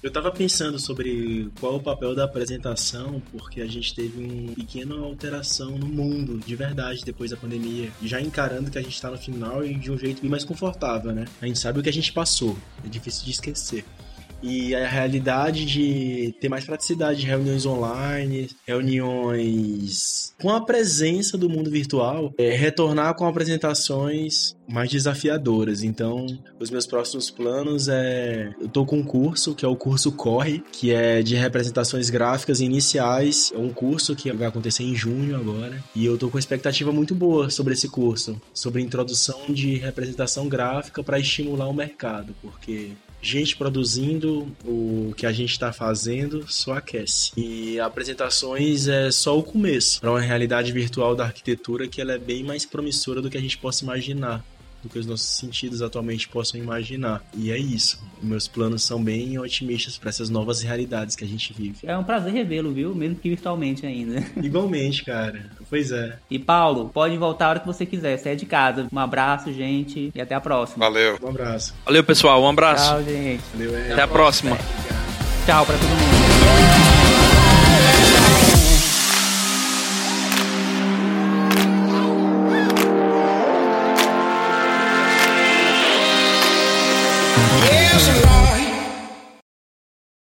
Speaker 3: Eu tava pensando sobre qual é o papel da apresentação, porque a gente teve uma pequena alteração no mundo, de verdade, depois da pandemia. Já encarando que a gente tá no final e de um jeito bem mais confortável, né? A gente sabe o que a gente passou, é difícil de esquecer. E a realidade de ter mais praticidade de reuniões online, reuniões com a presença do mundo virtual, é retornar com apresentações mais desafiadoras. Então, os meus próximos planos é... Eu tô com um curso, que é o curso Corre, que é de representações gráficas iniciais. É um curso que vai acontecer em junho agora. E eu tô com uma expectativa muito boa sobre esse curso, sobre a introdução de representação gráfica para estimular o mercado, porque gente produzindo o que a gente está fazendo só aquece. E apresentações é só o começo para uma realidade virtual da arquitetura que ela é bem mais promissora do que a gente possa imaginar, do que os nossos sentidos atualmente possam imaginar. E é isso. Meus planos são bem otimistas para essas novas realidades que a gente vive.
Speaker 1: É um prazer revê-lo, viu? Mesmo que virtualmente ainda.
Speaker 3: Igualmente, cara. Pois é.
Speaker 1: E Paulo, pode voltar a hora que você quiser. Você é de casa. Um abraço, gente. E até a próxima.
Speaker 4: Valeu.
Speaker 3: Um abraço.
Speaker 2: Valeu, pessoal. Um abraço.
Speaker 1: Tchau, gente.
Speaker 3: Valeu, é.
Speaker 2: Até a próxima.
Speaker 1: Tchau pra todo mundo.
Speaker 5: There's a light